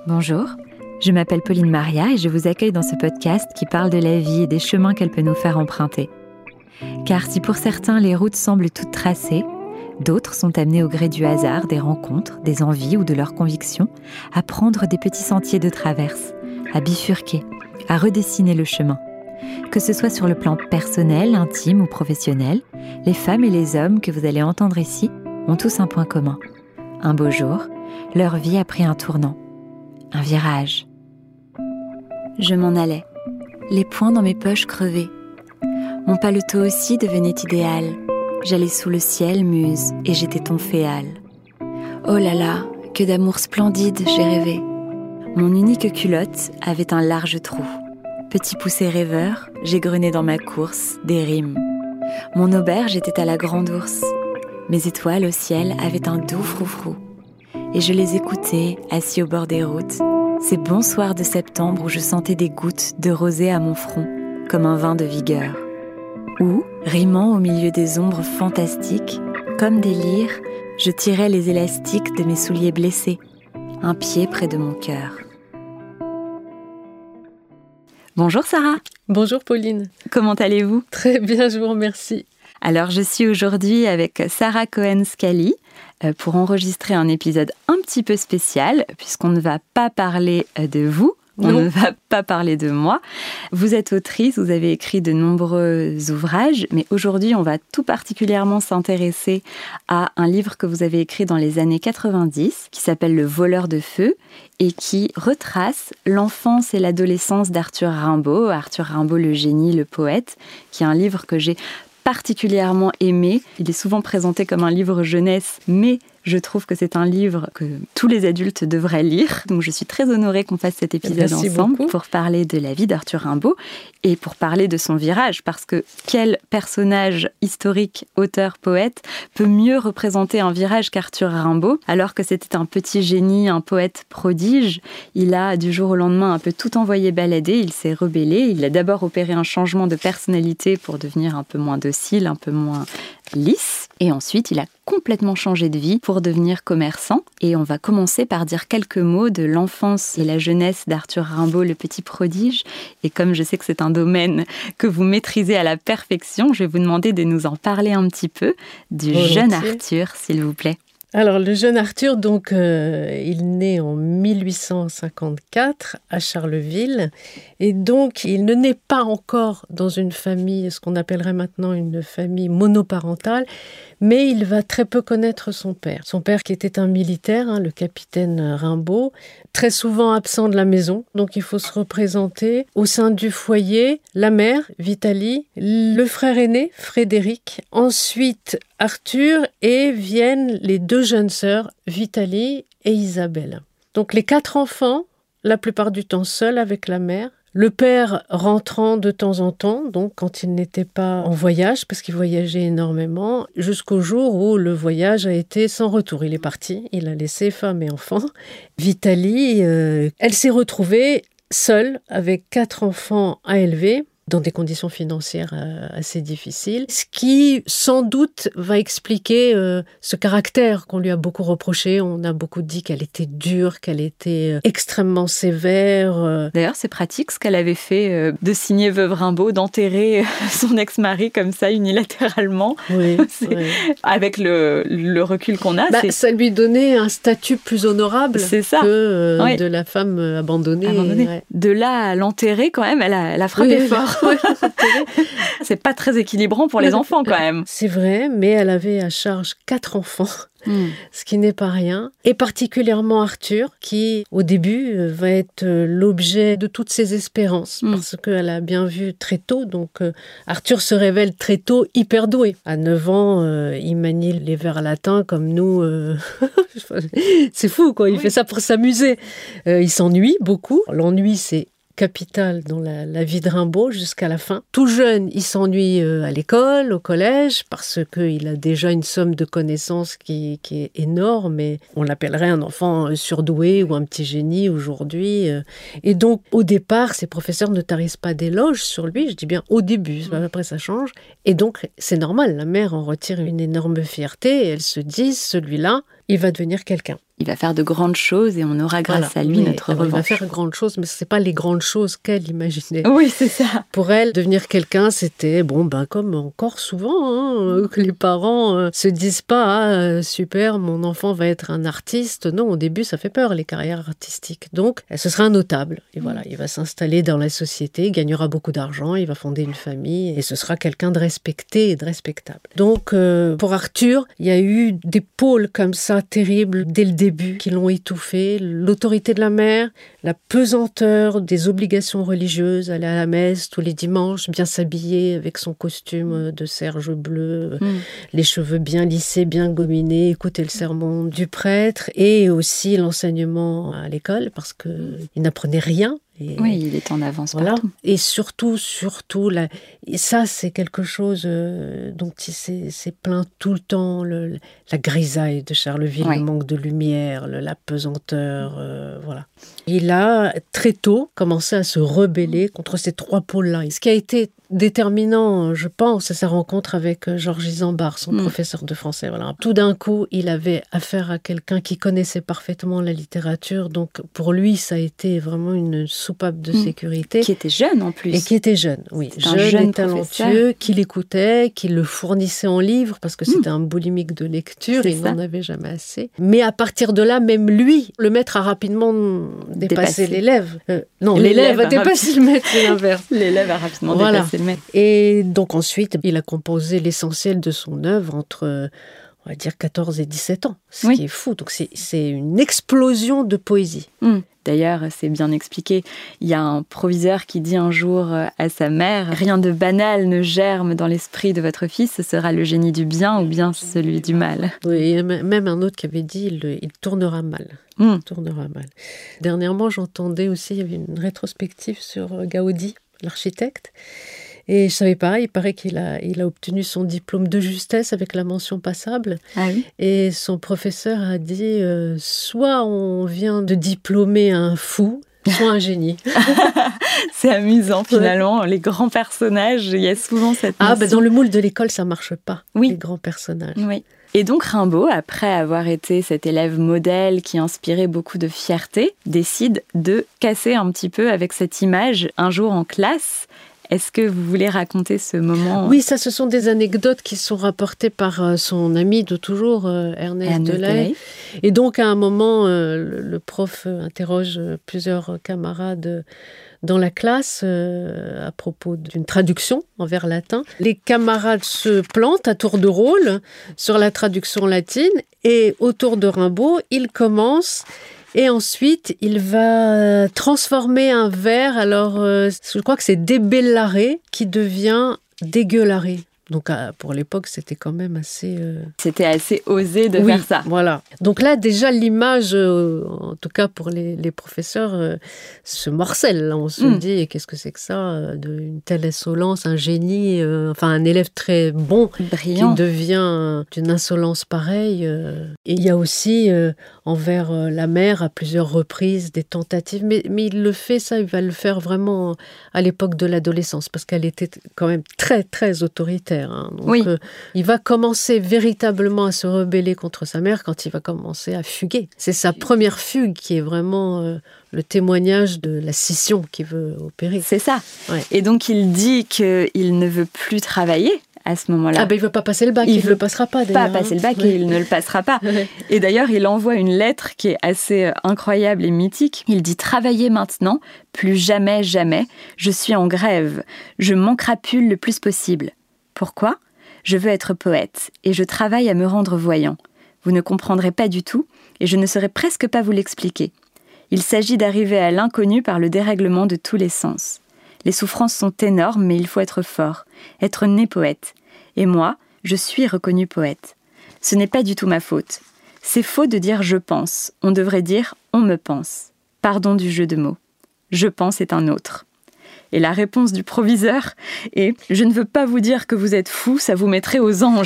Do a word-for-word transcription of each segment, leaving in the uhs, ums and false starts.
Bonjour, je m'appelle Pauline Maria et je vous accueille dans ce podcast qui parle de la vie et des chemins qu'elle peut nous faire emprunter. Car si pour certains les routes semblent toutes tracées, d'autres sont amenés au gré du hasard, des rencontres, des envies ou de leurs convictions, à prendre des petits sentiers de traverse, à bifurquer, à redessiner le chemin. Que ce soit sur le plan personnel, intime ou professionnel, les femmes et les hommes que vous allez entendre ici ont tous un point commun. Un beau jour, leur vie a pris un tournant. Un virage. Je m'en allais, les poings dans mes poches crevées. Mon paletot aussi devenait idéal. J'allais sous le ciel muse et j'étais ton féal. Oh là là, que d'amour splendide j'ai rêvé. Mon unique culotte avait un large trou. Petit poussé rêveur, j'égrenais dans ma course des rimes. Mon auberge était à la grande ourse. Mes étoiles au ciel avaient un doux froufrou. Et je les écoutais, assis au bord des routes, ces bons soirs de septembre où je sentais des gouttes de rosée à mon front, comme un vin de vigueur. Où, rimant au milieu des ombres fantastiques, comme des lyres, je tirais les élastiques de mes souliers blessés, un pied près de mon cœur. Bonjour Sarah. Bonjour Pauline. Comment allez-vous ? Très bien, je vous remercie. Alors, je suis aujourd'hui avec Sarah Cohen-Scali pour enregistrer un épisode un petit peu spécial, puisqu'on ne va pas parler de vous, on non. ne va pas parler de moi. Vous êtes autrice, vous avez écrit de nombreux ouvrages, mais aujourd'hui, on va tout particulièrement s'intéresser à un livre que vous avez écrit dans les années quatre-vingt-dix, qui s'appelle « Le voleur de feu », et qui retrace l'enfance et l'adolescence d'Arthur Rimbaud, Arthur Rimbaud, le génie, le poète, qui est un livre que j'ai particulièrement aimé. Il est souvent présenté comme un livre jeunesse, mais je trouve que c'est un livre que tous les adultes devraient lire. Donc je suis très honorée qu'on fasse cet épisode Merci ensemble beaucoup. Pour parler de la vie d'Arthur Rimbaud et pour parler de son virage, parce que quel personnage historique, auteur, poète peut mieux représenter un virage qu'Arthur Rimbaud, alors que c'était un petit génie, un poète prodige. Il a du jour au lendemain un peu tout envoyé balader, il s'est rebellé, il a d'abord opéré un changement de personnalité pour devenir un peu moins docile, un peu moins lisse, et ensuite il a complètement changé de vie pour devenir commerçant. Et on va commencer par dire quelques mots de l'enfance et la jeunesse d'Arthur Rimbaud, le petit prodige. Et comme je sais que c'est un domaine que vous maîtrisez à la perfection, je vais vous demander de nous en parler un petit peu du Volontiers. Jeune Arthur, s'il vous plaît. Alors, le jeune Arthur, donc, euh, il naît en mille huit cent cinquante-quatre à Charleville. Et donc, il ne naît pas encore dans une famille, ce qu'on appellerait maintenant une famille monoparentale, mais il va très peu connaître son père. Son père qui était un militaire, hein, le capitaine Rimbaud, très souvent absent de la maison. Donc, il faut se représenter au sein du foyer, la mère, Vitalie, le frère aîné, Frédéric, ensuite Arthur, et viennent les deux jeunes sœurs, Vitalie et Isabelle. Donc les quatre enfants, la plupart du temps seuls avec la mère. Le père rentrant de temps en temps, donc quand il n'était pas en voyage, parce qu'il voyageait énormément, jusqu'au jour où le voyage a été sans retour. Il est parti, il a laissé femme et enfants. Vitalie, euh, elle s'est retrouvée seule avec quatre enfants à élever, dans des conditions financières euh, assez difficiles, ce qui, sans doute, va expliquer euh, ce caractère qu'on lui a beaucoup reproché. On a beaucoup dit qu'elle était dure, qu'elle était euh, extrêmement sévère. Euh. D'ailleurs, c'est pratique ce qu'elle avait fait euh, de signer Veuve Rimbaud, d'enterrer euh, son ex-mari comme ça, unilatéralement. Oui, oui. Avec le, le recul qu'on a. Bah, c'est... Ça lui donnait un statut plus honorable c'est ça. que euh, oui. de la femme abandonnée. abandonnée. Ouais. De là à l'enterrer, quand même, elle a, elle a frappé oui, fort. Ouais, c'est pas très équilibrant pour les enfants quand même. C'est vrai, mais elle avait à charge quatre enfants, mmh. ce qui n'est pas rien. Et particulièrement Arthur, qui au début va être l'objet de toutes ses espérances, mmh. parce qu'elle a bien vu très tôt. Donc euh, Arthur se révèle très tôt hyper doué. À neuf ans, euh, il manie les vers latins comme nous. Euh... c'est fou, quoi. Il oui. fait ça pour s'amuser. Euh, il s'ennuie beaucoup. L'ennui, c'est capital dans la, la vie de Rimbaud jusqu'à la fin. Tout jeune, il s'ennuie euh, à l'école, au collège, parce qu'il a déjà une somme de connaissances qui, qui est énorme, et on l'appellerait un enfant surdoué ou un petit génie aujourd'hui. Et donc, au départ, ses professeurs ne tarissent pas d'éloges sur lui, je dis bien au début, après ça change. Et donc, c'est normal, la mère en retire une énorme fierté, et elle se dit, celui-là, il va devenir quelqu'un. il va faire de grandes choses et on aura grâce voilà. à lui mais, notre alors, revanche. Il va faire de grandes choses, mais ce n'est pas les grandes choses qu'elle imaginait. Oui, c'est ça. Pour elle, devenir quelqu'un, c'était, bon, ben, comme encore souvent, hein, que les parents euh, se disent pas, ah, euh, super, mon enfant va être un artiste. Non, au début, ça fait peur, les carrières artistiques. Donc, ce sera un notable. Et voilà, il va s'installer dans la société, il gagnera beaucoup d'argent, il va fonder une famille, et ce sera quelqu'un de respecté et de respectable. Donc, euh, pour Arthur, il y a eu des pôles comme ça, terribles, dès le début, qui l'ont étouffé. L'autorité de la mère, la pesanteur des obligations religieuses, aller à la messe tous les dimanches, bien s'habiller avec son costume de serge bleu, mm. les cheveux bien lissés, bien gominés, écouter le sermon du prêtre, et aussi l'enseignement à l'école, parce qu'il n'apprenait rien. Et, oui, il est en avance voilà. partout. Et surtout, surtout, là, et ça, c'est quelque chose euh, dont il s'est, s'est plaint tout le temps, le, la grisaille de Charleville, oui. le manque de lumière, le, la pesanteur, euh, voilà. Il a très tôt commencé à se rebeller contre ces trois pôles-là. Ce qui a été déterminant, je pense, c'est sa rencontre avec Georges Isambard, son mmh. professeur de français. Voilà. Tout d'un coup, il avait affaire à quelqu'un qui connaissait parfaitement la littérature, donc pour lui, ça a été vraiment une soupape de mmh. sécurité. Qui était jeune en plus. Et qui était jeune, oui. Jeune, jeune et talentueux, professeur. qui l'écoutait, qui le fournissait en livres, parce que c'était mmh. un boulimique de lecture, c'est il ça. N'en avait jamais assez. Mais à partir de là, même lui, le maître a rapidement dépassé, dépassé l'élève. Euh, non, l'élève, l'élève a dépassé rapide... le maître, c'est l'inverse. L'élève a rapidement voilà. dépassé le maître. Et donc ensuite, il a composé l'essentiel de son œuvre entre, on va dire, quatorze et dix-sept ans, ce oui. qui est fou. Donc c'est, c'est une explosion de poésie. Mmh. D'ailleurs, c'est bien expliqué. Il y a un proviseur qui dit un jour à sa mère « Rien de banal ne germe dans l'esprit de votre fils, ce sera le génie du bien ou bien celui du mal. » Oui, et même un autre qui avait dit il, « il tournera mal ». Mmh. Il tournera mal. Dernièrement, j'entendais aussi, il y avait une rétrospective sur Gaudi, l'architecte. Et je savais pas, il paraît qu'il a, il a obtenu son diplôme de justesse avec la mention passable. Ah oui. Et son professeur a dit, euh, soit on vient de diplômer un fou, soit un génie. C'est amusant finalement, ouais. Les grands personnages, il y a souvent cette Ah, notion... bah dans le moule de l'école, ça marche pas, oui. les grands personnages. Oui. Et donc Rimbaud, après avoir été cet élève modèle qui inspirait beaucoup de fierté, décide de casser un petit peu avec cette image un jour en classe. Est-ce que vous voulez raconter ce moment ? Oui, ça, ce sont des anecdotes qui sont rapportées par son ami de toujours, Ernest, Ernest Delahaye. Et donc, à un moment, le, le prof interroge plusieurs camarades dans la classe euh, à propos d'une traduction en vers latin. Les camarades se plantent à tour de rôle sur la traduction latine et autour de Rimbaud, il commence... Et ensuite, il va transformer un vers, alors euh, je crois que c'est débellaré, qui devient dégueularé. Donc pour l'époque, c'était quand même assez... Euh... C'était assez osé de oui, faire ça. Voilà. Donc là, déjà, l'image, euh, en tout cas pour les, les professeurs, euh, se morcelle. Là, on se mm. dit, qu'est-ce que c'est que ça euh, de, une telle insolence, un génie, euh, enfin un élève très bon, brillant, qui devient d'une insolence pareille. Euh. Et il y a aussi, euh, envers euh, la mère, à plusieurs reprises, des tentatives. Mais, mais il le fait, ça, il va le faire vraiment à l'époque de l'adolescence, parce qu'elle était quand même très, très autoritaire. Hein. Donc, oui. euh, il va commencer véritablement à se rebeller contre sa mère quand il va commencer à fuguer. C'est sa première fugue qui est vraiment euh, le témoignage de la scission qu'il veut opérer. C'est ça. Ouais. Et donc il dit qu'il ne veut plus travailler à ce moment-là. Ah ben il ne veut pas passer le bac, il ne le passera pas d'ailleurs. Pas passer le bac hein. et il ne le passera pas. Ouais. Et d'ailleurs, il envoie une lettre qui est assez incroyable et mythique. Il dit « Travaillez maintenant, plus jamais, jamais. Je suis en grève. Je m'encrapule le plus possible. Pourquoi ? Je veux être poète et je travaille à me rendre voyant. Vous ne comprendrez pas du tout et je ne saurais presque pas vous l'expliquer. Il s'agit d'arriver à l'inconnu par le dérèglement de tous les sens. Les souffrances sont énormes, mais il faut être fort, être né poète. Et moi, je suis reconnu poète. Ce n'est pas du tout ma faute. C'est faux de dire « je pense ». On devrait dire « on me pense ». Pardon du jeu de mots. « Je pense » est un autre. Et la réponse du proviseur est « Je ne veux pas vous dire que vous êtes fou, ça vous mettrait aux anges. »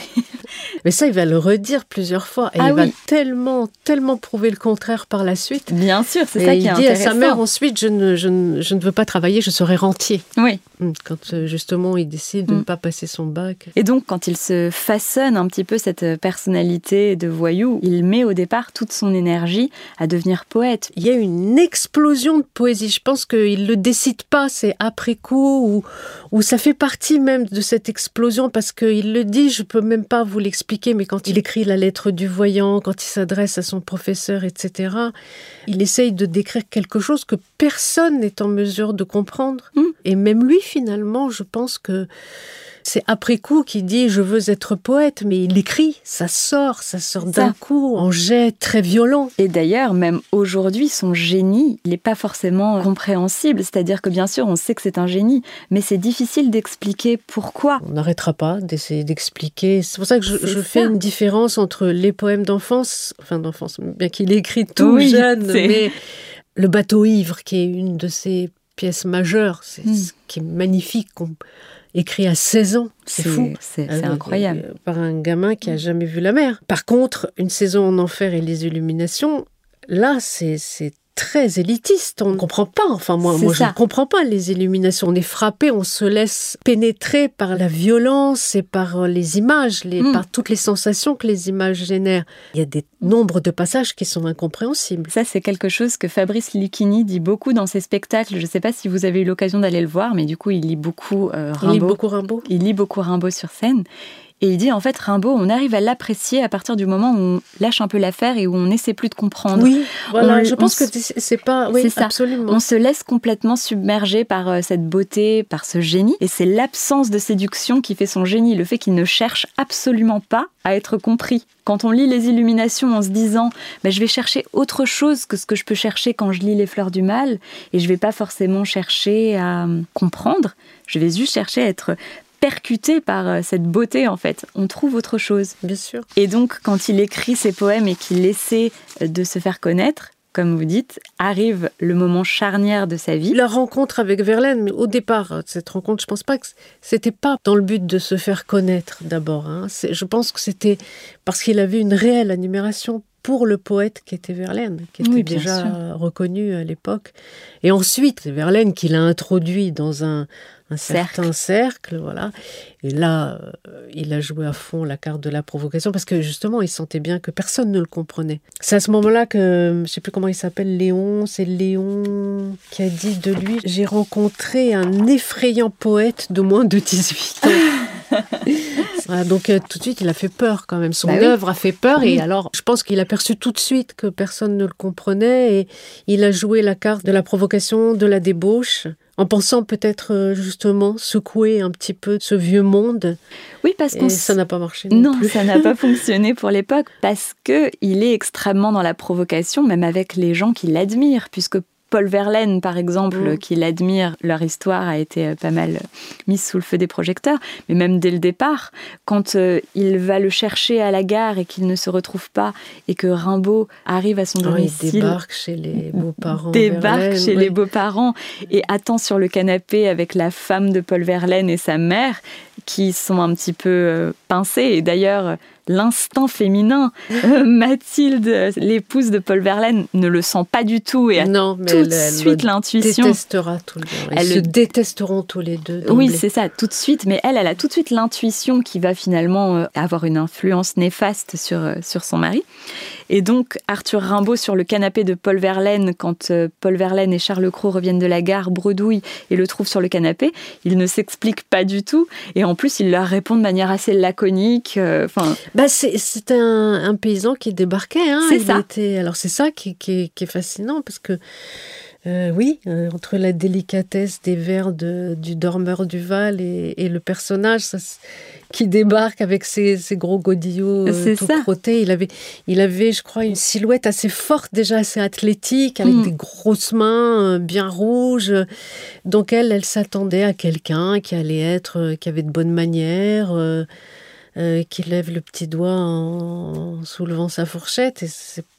Mais ça, il va le redire plusieurs fois. Et ah il oui. va tellement, tellement prouver le contraire par la suite. Bien sûr, c'est et ça qui est intéressant. Il dit à sa mère ensuite, je ne, je, ne, je ne veux pas travailler, je serai rentier. Oui. Quand justement, il décide de mm. ne pas passer son bac. Et donc, quand il se façonne un petit peu cette personnalité de voyou, il met au départ toute son énergie à devenir poète. Il y a une explosion de poésie. Je pense qu'il ne le décide pas, c'est après coup, ou, ou ça fait partie même de cette explosion, parce qu'il le dit, je ne peux même pas vous l'expliquer, mais quand il écrit la lettre du voyant, quand il s'adresse à son professeur, et cetera, il essaye de décrire quelque chose que personne n'est en mesure de comprendre. Mmh. Et même lui, finalement, je pense que c'est après coup qu'il dit « je veux être poète », mais il écrit, ça sort, ça sort d'un coup, en jet très violent. Et d'ailleurs, même aujourd'hui, son génie, il n'est pas forcément compréhensible. C'est-à-dire que bien sûr, on sait que c'est un génie, mais c'est difficile d'expliquer pourquoi. On n'arrêtera pas d'essayer d'expliquer. C'est pour ça que je, je fais une différence entre les poèmes d'enfance, enfin d'enfance, bien qu'il écrit tout oui, jeune, c'est... mais Le bateau ivre, qui est une de ses pièces majeures, c'est mmh. ce qui est magnifique, qu'on... écrit à seize ans, c'est, c'est fou. C'est, c'est euh, incroyable. Euh, par un gamin qui n'a jamais vu la mer. Par contre, Une saison en enfer et les illuminations, là, c'est, c'est très élitiste. On ne comprend pas. Enfin, moi, moi je ne comprends pas les illuminations. On est frappé, on se laisse pénétrer par la violence et par les images, les, mm. par toutes les sensations que les images génèrent. Il y a des nombres de passages qui sont incompréhensibles. Ça, c'est quelque chose que Fabrice Lucchini dit beaucoup dans ses spectacles. Je ne sais pas si vous avez eu l'occasion d'aller le voir, mais du coup, il lit beaucoup euh, Rimbaud. Il lit beaucoup Rimbaud. Il lit beaucoup Rimbaud sur scène. Et il dit, en fait, Rimbaud, on arrive à l'apprécier à partir du moment où on lâche un peu l'affaire et où on n'essaie plus de comprendre. Oui, voilà, on, je pense que c'est pas... Oui, c'est ça. Absolument. On se laisse complètement submerger par euh, cette beauté, par ce génie. Et c'est l'absence de séduction qui fait son génie, le fait qu'il ne cherche absolument pas à être compris. Quand on lit les illuminations en se disant bah, « je vais chercher autre chose que ce que je peux chercher quand je lis Les Fleurs du Mal, et je ne vais pas forcément chercher à euh, comprendre, je vais juste chercher à être... » percuté par cette beauté, en fait. On trouve autre chose. Bien sûr. Et donc, quand il écrit ses poèmes et qu'il essaie de se faire connaître, comme vous dites, arrive le moment charnière de sa vie. La rencontre avec Verlaine, mais au départ, cette rencontre, je pense pas que c'était pas dans le but de se faire connaître d'abord. Hein. C'est, je pense que c'était parce qu'il avait une réelle admiration pour le poète qui était Verlaine, qui était oui, déjà sûr. reconnu à l'époque. Et ensuite, c'est Verlaine qui l'a introduit dans un, un certain cercle, voilà. Et là, euh, il a joué à fond la carte de la provocation parce que justement, il sentait bien que personne ne le comprenait. C'est à ce moment-là que, je ne sais plus comment il s'appelle, Léon, c'est Léon qui a dit de lui « J'ai rencontré un effrayant poète de moins de dix-huit ans ». Voilà, donc euh, tout de suite, il a fait peur quand même. Son bah œuvre oui. a fait peur oui. et alors, je pense qu'il a perçu tout de suite que personne ne le comprenait et il a joué la carte de la provocation, de la débauche, en pensant peut-être euh, justement secouer un petit peu ce vieux monde. Oui, parce que ça n'a pas marché. Non, non plus. Ça n'a pas fonctionné pour l'époque parce qu'il est extrêmement dans la provocation, même avec les gens qui l'admirent, puisque Paul Verlaine, par exemple, mmh. qui l'admire, leur histoire a été pas mal mise sous le feu des projecteurs. Mais même dès le départ, quand euh, il va le chercher à la gare et qu'il ne se retrouve pas et que Rimbaud arrive à son domicile... Oh, il débarque chez les beaux-parents Débarque Verlaine, chez oui. les beaux-parents et attend sur le canapé avec la femme de Paul Verlaine et sa mère qui sont un petit peu euh, pincés. Et d'ailleurs... L'instinct féminin, euh, Mathilde, l'épouse de Paul Verlaine, ne le sent pas du tout et a non, mais tout elle, de elle suite l'intuition. Elle détestera tout le monde. Ils elle se le... détesteront tous les deux. Oui, c'est ça, tout de suite. Mais elle, elle a tout de suite l'intuition qui va finalement euh, avoir une influence néfaste sur, euh, sur son mari. Et donc, Arthur Rimbaud, sur le canapé de Paul Verlaine, quand euh, Paul Verlaine et Charles Cros reviennent de la gare, bredouille et le trouvent sur le canapé, il ne s'explique pas du tout. Et en plus, il leur répond de manière assez laconique. Enfin. Euh, Bah, c'est, c'est un, un paysan qui débarquait. Hein. C'est il ça. Était, alors c'est ça qui, qui, qui est fascinant parce que euh, oui, euh, entre la délicatesse des vers de, du dormeur du Val et, et le personnage ça, qui débarque avec ses, ses gros godillots euh, tout crottés, il avait, il avait, je crois, une silhouette assez forte déjà, assez athlétique, avec mmh. des grosses mains euh, bien rouges. Donc elle, elle s'attendait à quelqu'un qui allait être, euh, qui avait de bonnes manières. Euh, Euh, qui lève le petit doigt en soulevant sa fourchette et c'est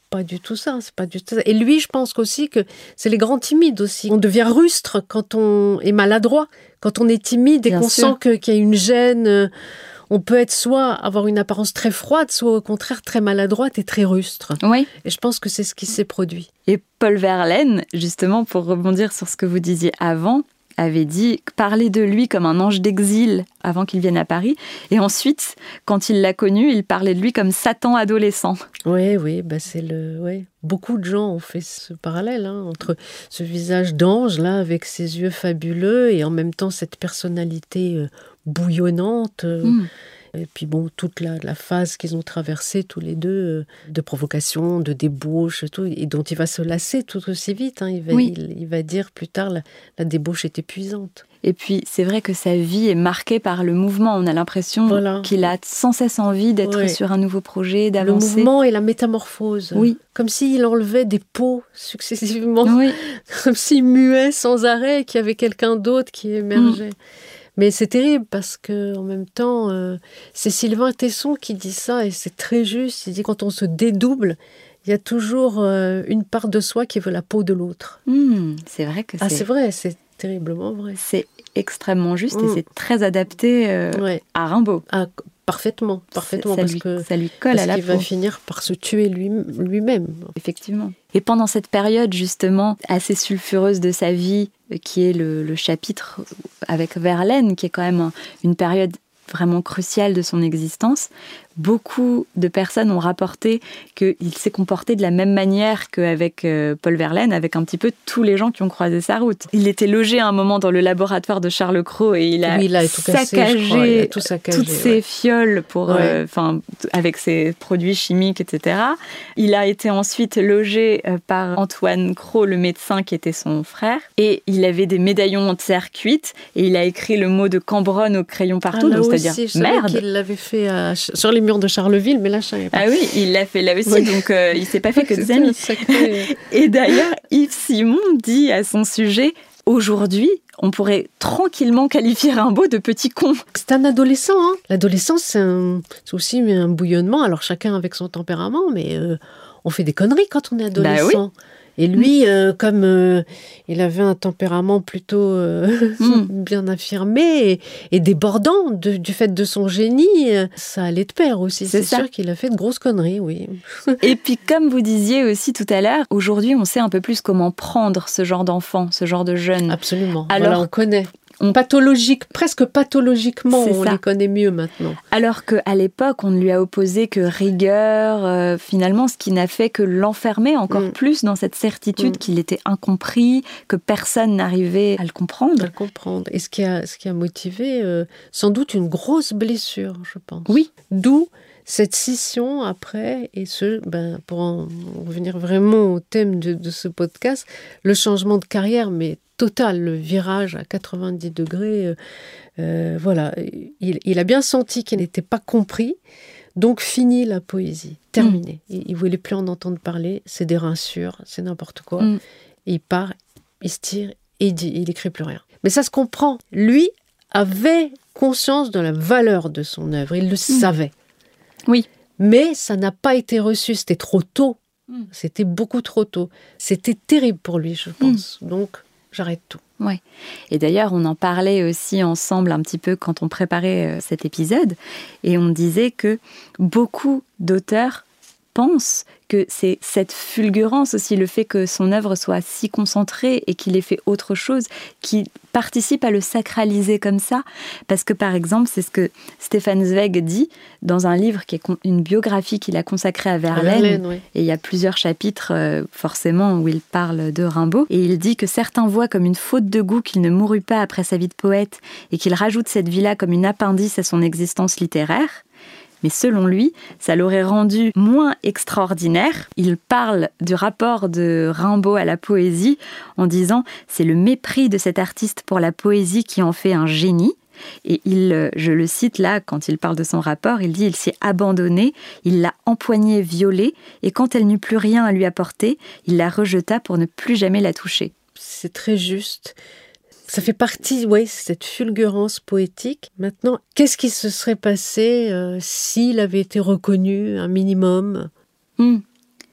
pas du tout ça, c'est pas du tout ça. Et lui, je pense aussi que c'est les grands timides aussi. On devient rustre quand on est maladroit, quand on est timide et Bien qu'on sûr. sent que, qu'il y a une gêne. euh, On peut être soit avoir une apparence très froide, soit au contraire très maladroite et très rustre. Oui. Et je pense que c'est ce qui s'est produit. Et Paul Verlaine, justement, pour rebondir sur ce que vous disiez avant, avait dit parler de lui comme un ange d'exil avant qu'il vienne à Paris. Et ensuite, quand il l'a connu, il parlait de lui comme Satan adolescent. Oui, oui, bah c'est le. Ouais. Beaucoup de gens ont fait ce parallèle hein, entre ce visage d'ange là, avec ses yeux fabuleux, et en même temps cette personnalité euh, bouillonnante. Euh, Mm. Et puis bon, toute la, la phase qu'ils ont traversée tous les deux, euh, de provocation, de débauche, tout, et dont il va se lasser tout aussi vite. Hein. Il, va, Oui. il, il va dire plus tard, la, la débauche est épuisante. Et puis, c'est vrai que sa vie est marquée par le mouvement. On a l'impression Voilà. qu'il a sans cesse envie d'être Ouais. sur un nouveau projet, Le d'avancer. mouvement et la métamorphose. Oui. Comme s'il enlevait des peaux successivement. Oui. Comme s'il muait sans arrêt et qu'il y avait quelqu'un d'autre qui émergeait. Mm. Mais c'est terrible parce que en même temps, euh, c'est Sylvain Tesson qui dit ça et c'est très juste. Il dit quand on se dédouble, il y a toujours euh, une part de soi qui veut la peau de l'autre. Mmh, c'est vrai que c'est... Ah, c'est vrai, c'est terriblement vrai. C'est extrêmement juste mmh. et c'est très adapté euh, ouais. à Rimbaud. Ah, parfaitement, parfaitement. Ça, parce lui, que, ça lui colle parce à la qu'il peau. va finir par se tuer lui, lui-même. Effectivement. Et pendant cette période, justement, assez sulfureuse de sa vie, qui est le, le chapitre avec Verlaine, qui est quand même un, une période vraiment cruciale de son existence, beaucoup de personnes ont rapporté qu'il s'est comporté de la même manière qu'avec euh, Paul Verlaine, avec un petit peu tous les gens qui ont croisé sa route. Il était logé à un moment dans le laboratoire de Charles Cros et il a, oui, il a tout saccagé, cassé, crois, il a tout saccagé toutes ouais. ses fioles pour, ouais. euh, enfin, avec ses produits chimiques, et cetera. Il a été ensuite logé euh, par Antoine Cros, le médecin qui était son frère, et il avait des médaillons en terre cuite et il a écrit le mot de Cambronne au crayon partout, ah, donc aussi, c'est-à-dire je merde. Qu'il l'avait fait à, sur les murs de Charleville, mais là, je savais pas. Ah oui, il l'a fait là aussi, oui. donc euh, il s'est pas fait que des amis. Sacré... Et d'ailleurs, Yves Simon dit à son sujet, aujourd'hui, on pourrait tranquillement qualifier Rimbaud de petit con. C'est un adolescent, hein. L'adolescence, c'est, un, c'est aussi un bouillonnement, alors chacun avec son tempérament, mais euh, on fait des conneries quand on est adolescent. Bah oui. Et lui, euh, comme euh, il avait un tempérament plutôt euh, mm. bien affirmé et, et débordant de, du fait de son génie, euh, ça allait de pair aussi. C'est, c'est sûr qu'il a fait de grosses conneries, oui. Et puis, comme vous disiez aussi tout à l'heure, aujourd'hui, on sait un peu plus comment prendre ce genre d'enfant, ce genre de jeune. Absolument. Alors, voilà, on connaît. On... Pathologique, presque pathologiquement, c'est on ça. Les connaît mieux maintenant. Alors qu'à l'époque, on ne lui a opposé que rigueur, euh, finalement, ce qui n'a fait que l'enfermer encore mm. plus dans cette certitude mm. qu'il était incompris, que personne n'arrivait à le comprendre. À le comprendre. Et ce qui a, ce qui a motivé, euh, sans doute, une grosse blessure, je pense. Oui. D'où cette scission après, et ce, ben, pour en revenir vraiment au thème de, de ce podcast, le changement de carrière, mais total, le virage à quatre-vingt-dix degrés, euh, euh, voilà, il, il a bien senti qu'il n'était pas compris, donc fini la poésie, terminé. Mm. Il ne voulait plus en entendre parler, c'est des rinsures, c'est n'importe quoi. Mm. Et il part, il se tire, et il dit, il n'écrit plus rien. Mais ça se comprend. Lui avait conscience de la valeur de son œuvre, il le mm. savait. Oui. Mais ça n'a pas été reçu, c'était trop tôt. Mm. C'était beaucoup trop tôt. C'était terrible pour lui, je pense. Mm. Donc, j'arrête tout. Ouais. Et d'ailleurs, on en parlait aussi ensemble un petit peu quand on préparait euh, cet épisode, et on disait que beaucoup d'auteurs pensent que c'est cette fulgurance aussi, le fait que son œuvre soit si concentrée et qu'il ait fait autre chose, qui participe à le sacraliser comme ça. Parce que, par exemple, c'est ce que Stefan Zweig dit dans un livre qui est une biographie qu'il a consacrée à Verlaine. À Verlaine, oui. Et il y a plusieurs chapitres, euh, forcément, où il parle de Rimbaud. Et il dit que certains voient comme une faute de goût qu'il ne mourut pas après sa vie de poète et qu'il rajoute cette vie-là comme une appendice à son existence littéraire. Mais selon lui, ça l'aurait rendu moins extraordinaire. Il parle du rapport de Rimbaud à la poésie en disant « c'est le mépris de cet artiste pour la poésie qui en fait un génie ». Et il, je le cite là, quand il parle de son rapport, il dit « il s'y abandonné, il l'a empoignée, violée, et quand elle n'eut plus rien à lui apporter, il la rejeta pour ne plus jamais la toucher ». C'est très juste. Ça fait partie, oui, cette fulgurance poétique. Maintenant, qu'est-ce qui se serait passé euh, s'il avait été reconnu un minimum ? mmh.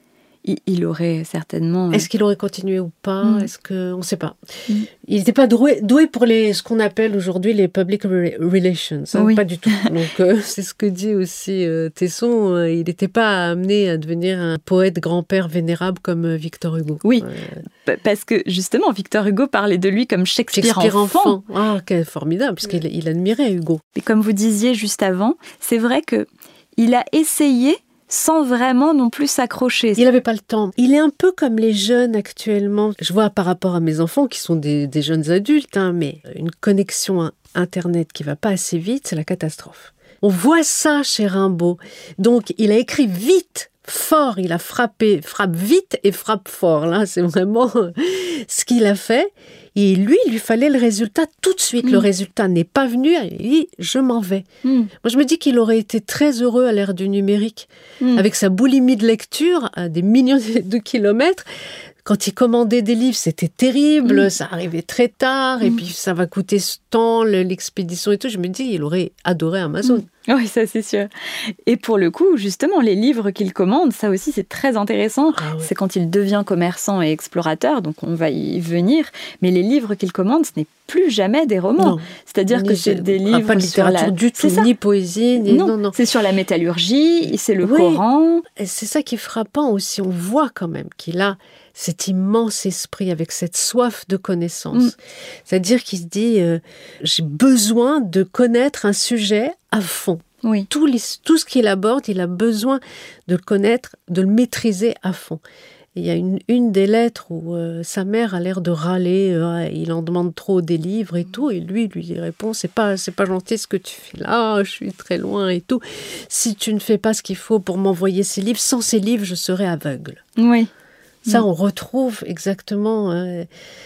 il aurait certainement... Est-ce qu'il aurait continué ou pas? mm. Est-ce que... On ne sait pas. Mm. Il n'était pas doué, doué pour les, ce qu'on appelle aujourd'hui les public relations. Hein, oui. Pas du tout. Donc, euh, c'est ce que dit aussi euh, Tesson. Euh, il n'était pas amené à devenir un poète grand-père vénérable comme euh, Victor Hugo. Oui, euh... parce que justement, Victor Hugo parlait de lui comme Shakespeare, Shakespeare enfant. enfant. Ah, quel formidable, puisqu'il il admirait Hugo. Et comme vous disiez juste avant, c'est vrai qu'il a essayé sans vraiment non plus s'accrocher. Il n'avait pas le temps. Il est un peu comme les jeunes actuellement. Je vois par rapport à mes enfants qui sont des, des jeunes adultes, hein, mais une connexion à Internet qui ne va pas assez vite, c'est la catastrophe. On voit ça chez Rimbaud. Donc, il a écrit vite, fort, il a frappé, frappe vite et frappe fort. Là, c'est vraiment ce qu'il a fait. Et lui, il lui fallait le résultat tout de suite. Mmh. Le résultat n'est pas venu. Il dit, je m'en vais. Mmh. Moi, je me dis qu'il aurait été très heureux à l'ère du numérique, mmh. avec sa boulimie de lecture à des millions de kilomètres. Quand il commandait des livres, c'était terrible, mmh. ça arrivait très tard, mmh. et puis ça va coûter ce temps, l'expédition et tout. Je me dis, il aurait adoré Amazon. Mmh. Oui, ça c'est sûr. Et pour le coup, justement, les livres qu'il commande, ça aussi c'est très intéressant. Ah ouais. C'est quand il devient commerçant et explorateur, donc on va y venir. Mais les livres qu'il commande, ce n'est plus jamais des romans. Non. C'est-à-dire ni que c'est des livres pas de littérature sur la... du tout, ni poésie, ni... Non, non, non. C'est sur la métallurgie, c'est le oui. Coran. Et c'est ça qui est frappant aussi. On voit quand même qu'il a cet immense esprit avec cette soif de connaissance. Mm. C'est-à-dire qu'il se dit, euh, j'ai besoin de connaître un sujet à fond. Oui. Tout, les, tout ce qu'il aborde, il a besoin de le connaître, de le maîtriser à fond. Et il y a une, une des lettres où euh, sa mère a l'air de râler, euh, il en demande trop des livres et tout, et lui, lui répond, c'est pas, c'est pas gentil ce que tu fais là, je suis très loin et tout. Si tu ne fais pas ce qu'il faut pour m'envoyer ces livres, sans ces livres, je serai aveugle. Oui. Ça, on retrouve exactement euh,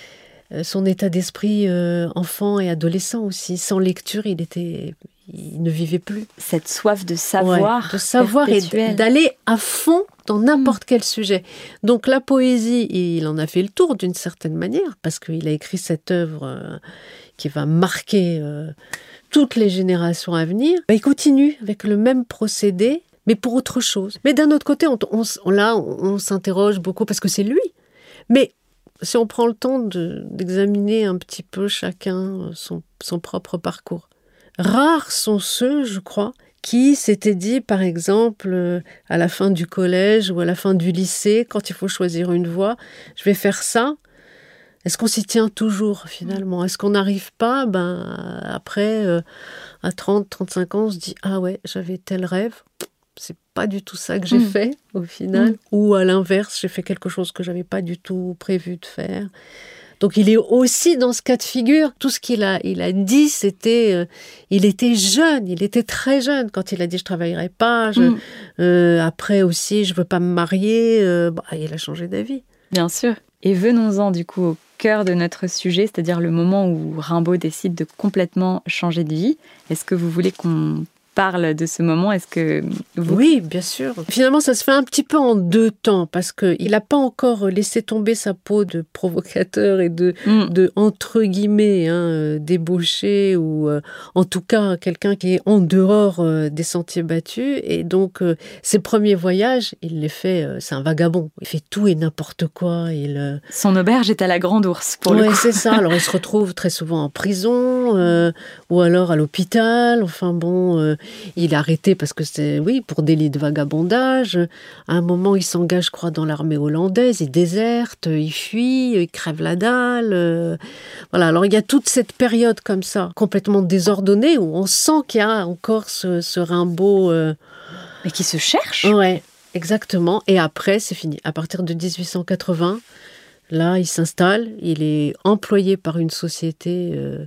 son état d'esprit euh, enfant et adolescent aussi. Sans lecture, il était, il ne vivait plus. Cette soif de savoir, ouais, de savoir et d'aller à fond dans n'importe mmh. quel sujet. Donc la poésie, il en a fait le tour d'une certaine manière parce qu'il a écrit cette œuvre euh, qui va marquer euh, toutes les générations à venir. Bah, il continue avec le même procédé, mais pour autre chose. Mais d'un autre côté, on, on, on, là, on, on s'interroge beaucoup parce que c'est lui. Mais si on prend le temps de, d'examiner un petit peu chacun son, son propre parcours, rares sont ceux, je crois, qui s'étaient dit, par exemple, à la fin du collège ou à la fin du lycée, quand il faut choisir une voie, je vais faire ça. Est-ce qu'on s'y tient toujours, finalement ? Est-ce qu'on n'arrive pas, ben, après, euh, à trente, trente-cinq ans, on se dit « Ah ouais, j'avais tel rêve ». C'est pas du tout ça que j'ai mmh. fait, au final. Mmh. Ou à l'inverse, j'ai fait quelque chose que j'avais pas du tout prévu de faire. Donc, il est aussi dans ce cas de figure. Tout ce qu'il a, il a dit, c'était... Euh, il était jeune, il était très jeune quand il a dit « je travaillerai pas ». Je, mmh. euh, après aussi, je veux pas me marier. Euh, bah, il a changé d'avis. Bien sûr. Et venons-en du coup au cœur de notre sujet, c'est-à-dire le moment où Rimbaud décide de complètement changer de vie. Est-ce que vous voulez qu'on parle de ce moment? Est-ce que vous... Oui, bien sûr. Finalement, ça se fait un petit peu en deux temps, parce qu'il n'a pas encore laissé tomber sa peau de provocateur et de, mm. de entre guillemets, hein, débauché, ou euh, en tout cas, quelqu'un qui est en dehors euh, des sentiers battus. Et donc, euh, ses premiers voyages, il les fait, euh, c'est un vagabond. Il fait tout et n'importe quoi. Il, euh... Son auberge est à la Grande Ourse, pour ouais, le coup. c'est ça. Alors, il se retrouve très souvent en prison, euh, ou alors à l'hôpital. Enfin bon... Euh, il est arrêté parce que c'est, oui, pour délit de vagabondage. À un moment, il s'engage, je crois, dans l'armée hollandaise. Il déserte, il fuit, il crève la dalle. Voilà. Alors, il y a toute cette période comme ça, complètement désordonnée, où on sent qu'il y a encore ce, ce Rimbaud... Euh... Mais qui se cherche. Ouais, exactement. Et après, c'est fini. À partir de dix-huit cent quatre-vingts, là, il s'installe. Il est employé par une société... Euh...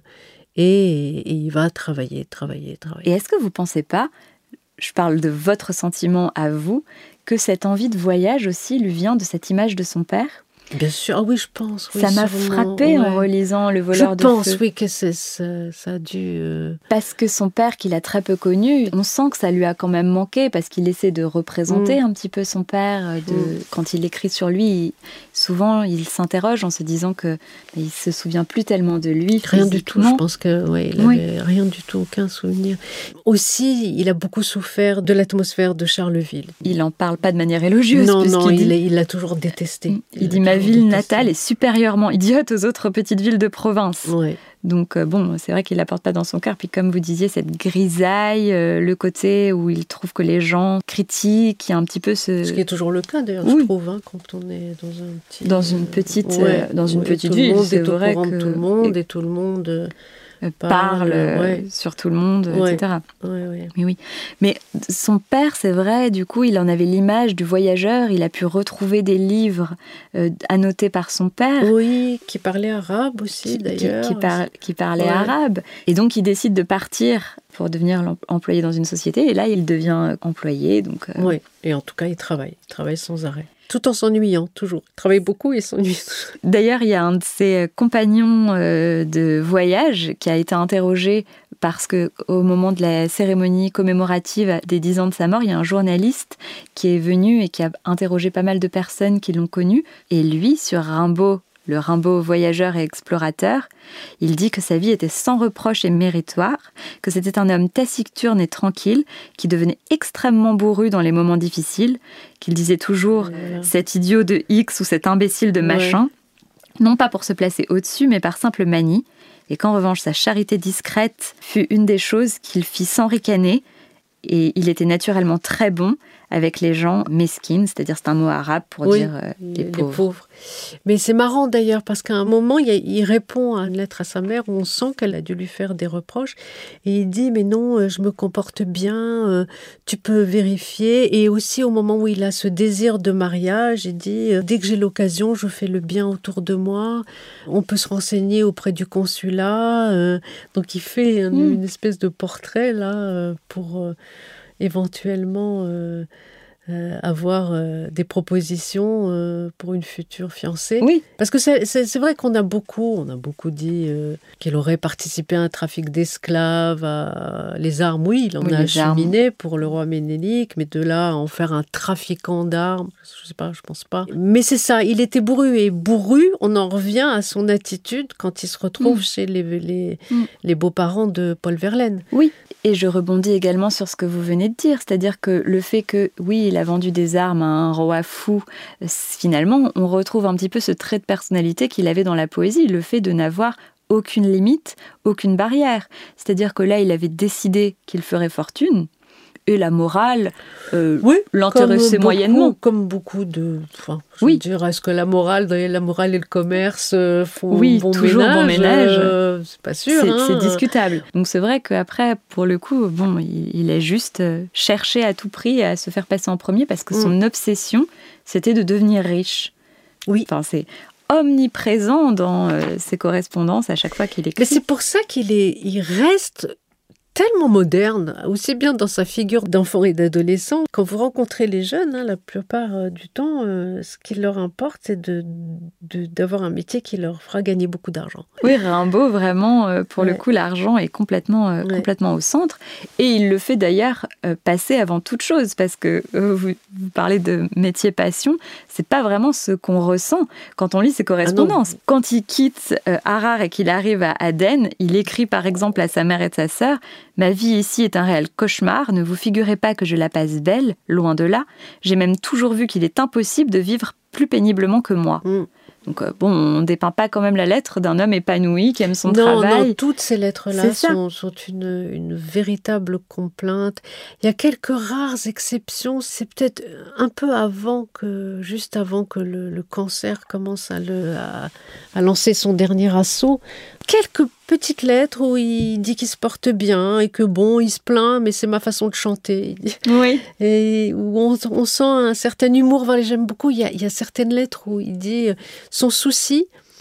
Et, et il va travailler, travailler, travailler. Et est-ce que vous ne pensez pas, je parle de votre sentiment à vous, que cette envie de voyage aussi lui vient de cette image de son père ? Bien sûr, ah oui, je pense. Oui, ça m'a sûrement, frappée ouais. en relisant Le voleur je de pense, feu. Je pense, oui, que c'est, ça, ça a dû... Euh... Parce que son père, qu'il a très peu connu, on sent que ça lui a quand même manqué, parce qu'il essaie de représenter mmh. un petit peu son père. De... Mmh. Quand il écrit sur lui, il... souvent, il s'interroge en se disant que il ne se souvient plus tellement de lui. Rien du tout, je pense que ouais, il oui. avait rien du tout, aucun souvenir. Aussi, il a beaucoup souffert de l'atmosphère de Charleville. Il n'en parle pas de manière élogieuse. Non, non, il, dit... il l'a toujours détesté. Il, il dit « Ma ville détesté. natale est supérieurement idiote aux autres petites villes de province. Ouais. » Donc, euh, bon, c'est vrai qu'il ne la porte pas dans son cœur. Puis, comme vous disiez, cette grisaille, euh, le côté où il trouve que les gens critiquent, il y a un petit peu ce... Ce qui est toujours le cas, d'ailleurs, oui. je trouve, hein, quand on est dans un petit... Dans une petite, euh, ouais, euh, dans une ouais, petite ville, c'est vrai que... tout le monde, et tout le monde... Euh... parle euh, ouais. sur tout le monde, ouais. et cetera. Ouais, ouais. Mais oui. Mais son père, c'est vrai, du coup, il en avait l'image du voyageur. Il a pu retrouver des livres euh, annotés par son père. Oui, qui parlait arabe aussi, qui, d'ailleurs. Qui, qui, par, qui parlait ouais. arabe. Et donc, il décide de partir pour devenir employé dans une société. Et là, il devient employé. Donc, euh... oui, et en tout cas, il travaille. Il travaille sans arrêt. Tout en s'ennuyant, toujours. Il travaille beaucoup et s'ennuie. D'ailleurs, il y a un de ses compagnons euh, de voyage qui a été interrogé parce qu'au moment de la cérémonie commémorative des dix ans de sa mort, il y a un journaliste qui est venu et qui a interrogé pas mal de personnes qui l'ont connu. Et lui, sur Rimbaud, le Rimbaud voyageur et explorateur, il dit que sa vie était sans reproche et méritoire, que c'était un homme taciturne et tranquille, qui devenait extrêmement bourru dans les moments difficiles, qu'il disait toujours voilà. « cet idiot de X » ou « cet imbécile de machin ouais. », non pas pour se placer au-dessus, mais par simple manie, et qu'en revanche sa charité discrète fut une des choses qu'il fit sans ricaner, et il était naturellement très bon avec les gens mesquines, c'est-à-dire c'est un mot arabe pour oui, dire euh, les, les pauvres. pauvres. Mais c'est marrant d'ailleurs, parce qu'à un moment, il, a, il répond à une lettre à sa mère où on sent qu'elle a dû lui faire des reproches. Et il dit, mais non, je me comporte bien, euh, tu peux vérifier. Et aussi au moment où il a ce désir de mariage, il dit, euh, dès que j'ai l'occasion, je fais le bien autour de moi. On peut se renseigner auprès du consulat. Euh, donc il fait un, mmh. une espèce de portrait là euh, pour... Euh, éventuellement euh, euh, avoir euh, des propositions euh, pour une future fiancée. Oui. Parce que c'est, c'est, c'est vrai qu'on a beaucoup, on a beaucoup dit euh, qu'il aurait participé à un trafic d'esclaves, à les armes, oui, il en oui, a acheminé armes. pour le roi Ménélique, mais de là à en faire un trafiquant d'armes, je sais pas, je pense pas. Mais c'est ça, il était bourru, et bourru, on en revient à son attitude quand il se retrouve mmh. chez les, les, mmh. les beaux-parents de Paul Verlaine. Oui. Et je rebondis également sur ce que vous venez de dire, c'est-à-dire que le fait que, oui, il a vendu des armes à un roi fou, finalement, on retrouve un petit peu ce trait de personnalité qu'il avait dans la poésie, le fait de n'avoir aucune limite, aucune barrière. C'est-à-dire que là, il avait décidé qu'il ferait fortune, et la morale euh, oui, l'intéressait beaucoup, moyennement. Comme beaucoup de... Enfin, je oui. veux dire, est-ce que la morale, la morale et le commerce euh, font oui, bon toujours ménage, bon ménage. Euh, c'est pas sûr. C'est, hein. c'est discutable. Donc c'est vrai qu'après, pour le coup, bon, il, il a juste cherché à tout prix à se faire passer en premier parce que son mm. obsession, c'était de devenir riche. Oui. Enfin, c'est omniprésent dans euh, ses correspondances à chaque fois qu'il écrit. Mais c'est pour ça qu'il est, il reste... tellement moderne, aussi bien dans sa figure d'enfant et d'adolescent. Quand vous rencontrez les jeunes, hein, la plupart euh, du temps, euh, ce qui leur importe, c'est de, de, d'avoir un métier qui leur fera gagner beaucoup d'argent. Oui, Rimbaud, vraiment, euh, pour ouais. le coup, l'argent est complètement, euh, ouais. complètement au centre. Et il le fait d'ailleurs euh, passer avant toute chose, parce que euh, vous, vous parlez de métier passion, c'est pas vraiment ce qu'on ressent quand on lit ses correspondances. Ah quand il quitte euh, Harare et qu'il arrive à Aden, il écrit par exemple à sa mère et sa sœur: ma vie ici est un réel cauchemar, ne vous figurez pas que je la passe belle, loin de là. J'ai même toujours vu qu'il est impossible de vivre plus péniblement que moi. Mm. Donc euh, bon, on ne dépeint pas quand même la lettre d'un homme épanoui qui aime son non, travail. Non, toutes ces lettres-là sont, sont une, une véritable complainte. Il y a quelques rares exceptions. C'est peut-être un peu avant que, juste avant que le, le cancer commence à, le, à, à lancer son dernier assaut. Quelques petites lettres où il dit qu'il se porte bien et que bon, il se plaint, mais c'est ma façon de chanter. Oui. Et où on, on sent un certain humour. J'aime beaucoup. Il y, a, il y a certaines lettres où il dit son souci,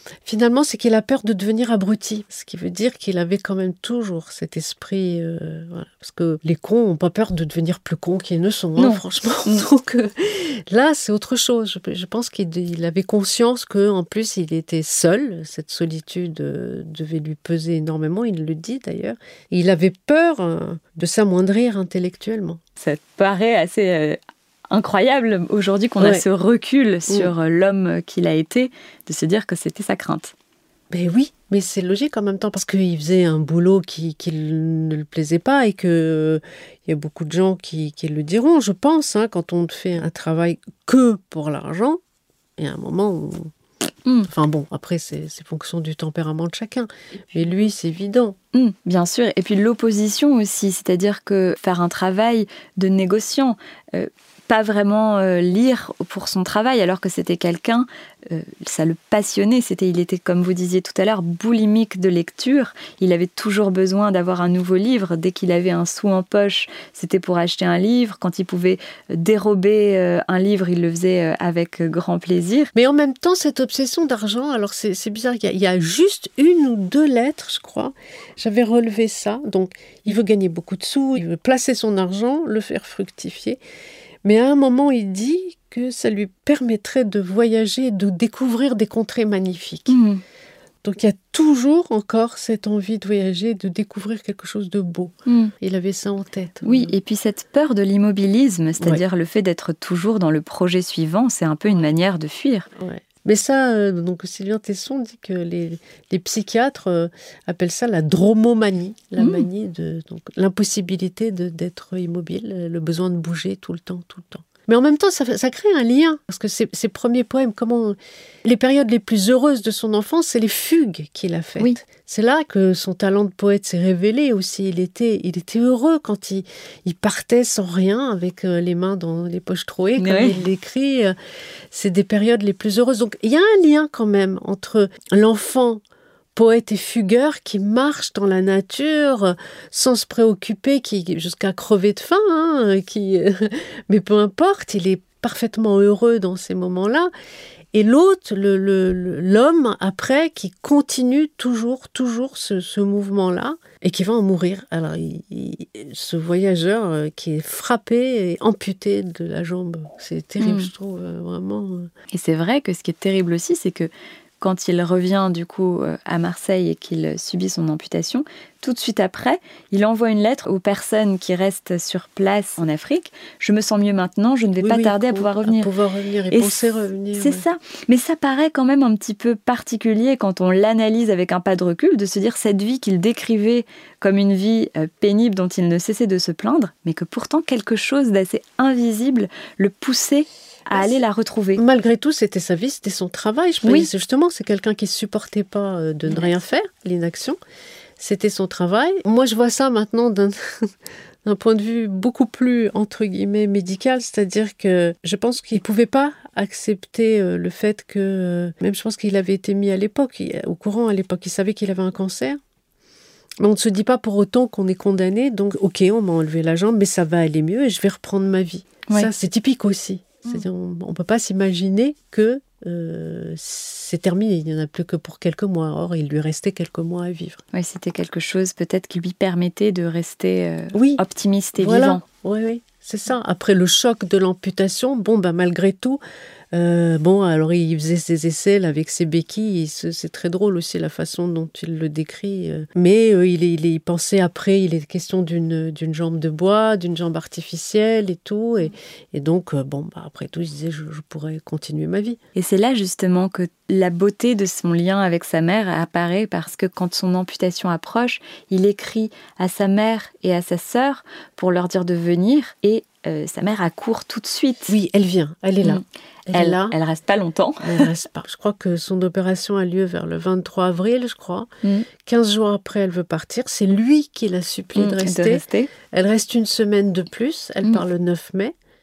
finalement, c'est qu'il a peur de devenir abruti. Ce qui veut dire qu'il avait quand même toujours cet esprit... Euh, voilà. Parce que les cons n'ont pas peur de devenir plus cons qu'ils ne sont, hein, franchement. Donc euh, là, c'est autre chose. Je, je pense qu'il il avait conscience qu'en plus, il était seul. Cette solitude euh, devait lui peser énormément. Il le dit d'ailleurs. Et il avait peur euh, de s'amoindrir intellectuellement. Ça paraît assez... Euh... incroyable aujourd'hui qu'on ouais. a ce recul sur mmh. l'homme qu'il a été, de se dire que c'était sa crainte. Ben oui, mais c'est logique en même temps, parce qu'il faisait un boulot qui, qui ne le plaisait pas et qu'il euh, y a beaucoup de gens qui, qui le diront, je pense, hein, quand on fait un travail que pour l'argent, il y a un moment où... Mmh. Enfin bon, après, c'est, c'est fonction du tempérament de chacun. Mais lui, c'est évident. Mmh, bien sûr. Et puis l'opposition aussi, c'est-à-dire que faire un travail de négociant... Euh, pas vraiment euh, lire pour son travail, alors que c'était quelqu'un, euh, ça le passionnait, c'était, il était, comme vous disiez tout à l'heure, boulimique de lecture, il avait toujours besoin d'avoir un nouveau livre, dès qu'il avait un sou en poche, c'était pour acheter un livre, quand il pouvait dérober euh, un livre, il le faisait euh, avec grand plaisir. Mais en même temps, cette obsession d'argent, alors c'est, c'est bizarre, il y, a, il y a juste une ou deux lettres, je crois, j'avais relevé ça, donc il veut gagner beaucoup de sous, il veut placer son argent, le faire fructifier. Mais à un moment, il dit que ça lui permettrait de voyager, de découvrir des contrées magnifiques. Mmh. Donc il y a toujours encore cette envie de voyager, de découvrir quelque chose de beau. Mmh. Il avait ça en tête. Oui, et puis cette peur de l'immobilisme, c'est-à-dire ouais. le fait d'être toujours dans le projet suivant, c'est un peu une manière de fuir. Ouais. Mais ça, euh, donc Sylvain Tesson dit que les, les psychiatres euh, appellent ça la dromomanie, la mmh. manie de donc l'impossibilité de, d'être immobile, le besoin de bouger tout le temps, tout le temps. Mais en même temps, ça, ça crée un lien, parce que ses, ses premiers poèmes, comment les périodes les plus heureuses de son enfance, c'est les fugues qu'il a faites. Oui. C'est là que son talent de poète s'est révélé aussi. Il était, il était heureux quand il, il partait sans rien, avec euh, les mains dans les poches trouées, comme oui. il l'écrit. Euh, c'est des périodes les plus heureuses. Donc il y a un lien quand même entre l'enfant poète et fugueur qui marche dans la nature sans se préoccuper, qui jusqu'à crever de faim, hein, qui, mais peu importe, il est parfaitement heureux dans ces moments-là. Et l'autre, le, le, l'homme, après, qui continue toujours, toujours ce, ce mouvement-là et qui va en mourir. Alors, il, il, ce voyageur qui est frappé et amputé de la jambe, c'est terrible, mmh. je trouve, vraiment. Et c'est vrai que ce qui est terrible aussi, c'est que quand il revient du coup à Marseille et qu'il subit son amputation, tout de suite après, il envoie une lettre aux personnes qui restent sur place en Afrique. Je me sens mieux maintenant, je ne vais oui, pas oui, tarder à pouvoir revenir. À pouvoir revenir et, et penser revenir. C'est ouais. ça. Mais ça paraît quand même un petit peu particulier quand on l'analyse avec un pas de recul, de se dire cette vie qu'il décrivait comme une vie pénible dont il ne cessait de se plaindre, mais que pourtant quelque chose d'assez invisible le poussait à aller la retrouver. Malgré tout, c'était sa vie, c'était son travail. Je oui. C'est justement, c'est quelqu'un qui ne supportait pas de ne rien faire, l'inaction. C'était son travail. Moi, je vois ça maintenant d'un, d'un point de vue beaucoup plus, entre guillemets, médical. C'est-à-dire que je pense qu'il ne pouvait pas accepter le fait que... Même je pense qu'il avait été mis à l'époque, au courant à l'époque. Il savait qu'il avait un cancer. Mais on ne se dit pas pour autant qu'on est condamné. Donc, ok, on m'a enlevé la jambe, mais ça va aller mieux et je vais reprendre ma vie. Ouais. Ça, c'est typique aussi. C'est-à-dire, on ne peut pas s'imaginer que euh, c'est terminé, il n'y en a plus que pour quelques mois. Or, il lui restait quelques mois à vivre. Oui, c'était quelque chose peut-être qui lui permettait de rester euh, oui. optimiste et voilà. vivant. Oui, oui, c'est ça. Après le choc de l'amputation, bon, ben, malgré tout, euh, bon, alors il faisait ses essais là, avec ses béquilles. C'est, c'est très drôle aussi la façon dont il le décrit. Mais euh, il, il, il pensait après, il est question d'une, d'une jambe de bois, d'une jambe artificielle et tout. Et, et donc, euh, bon, bah, après tout, il disait, je, je pourrais continuer ma vie. Et c'est là justement que la beauté de son lien avec sa mère apparaît, parce que quand son amputation approche, il écrit à sa mère et à sa sœur pour leur dire de venir, et euh, sa mère accourt tout de suite. Oui, elle vient, elle est là. Mmh. Elle, elle, est là. Elle reste pas longtemps. Elle reste pas. Je crois que son opération a lieu vers le vingt-trois avril, je crois. Mmh. quinze jours après, elle veut partir. C'est lui qui la supplie mmh, de, rester. de rester. Elle reste une semaine de plus. Elle mmh. part le neuf mai.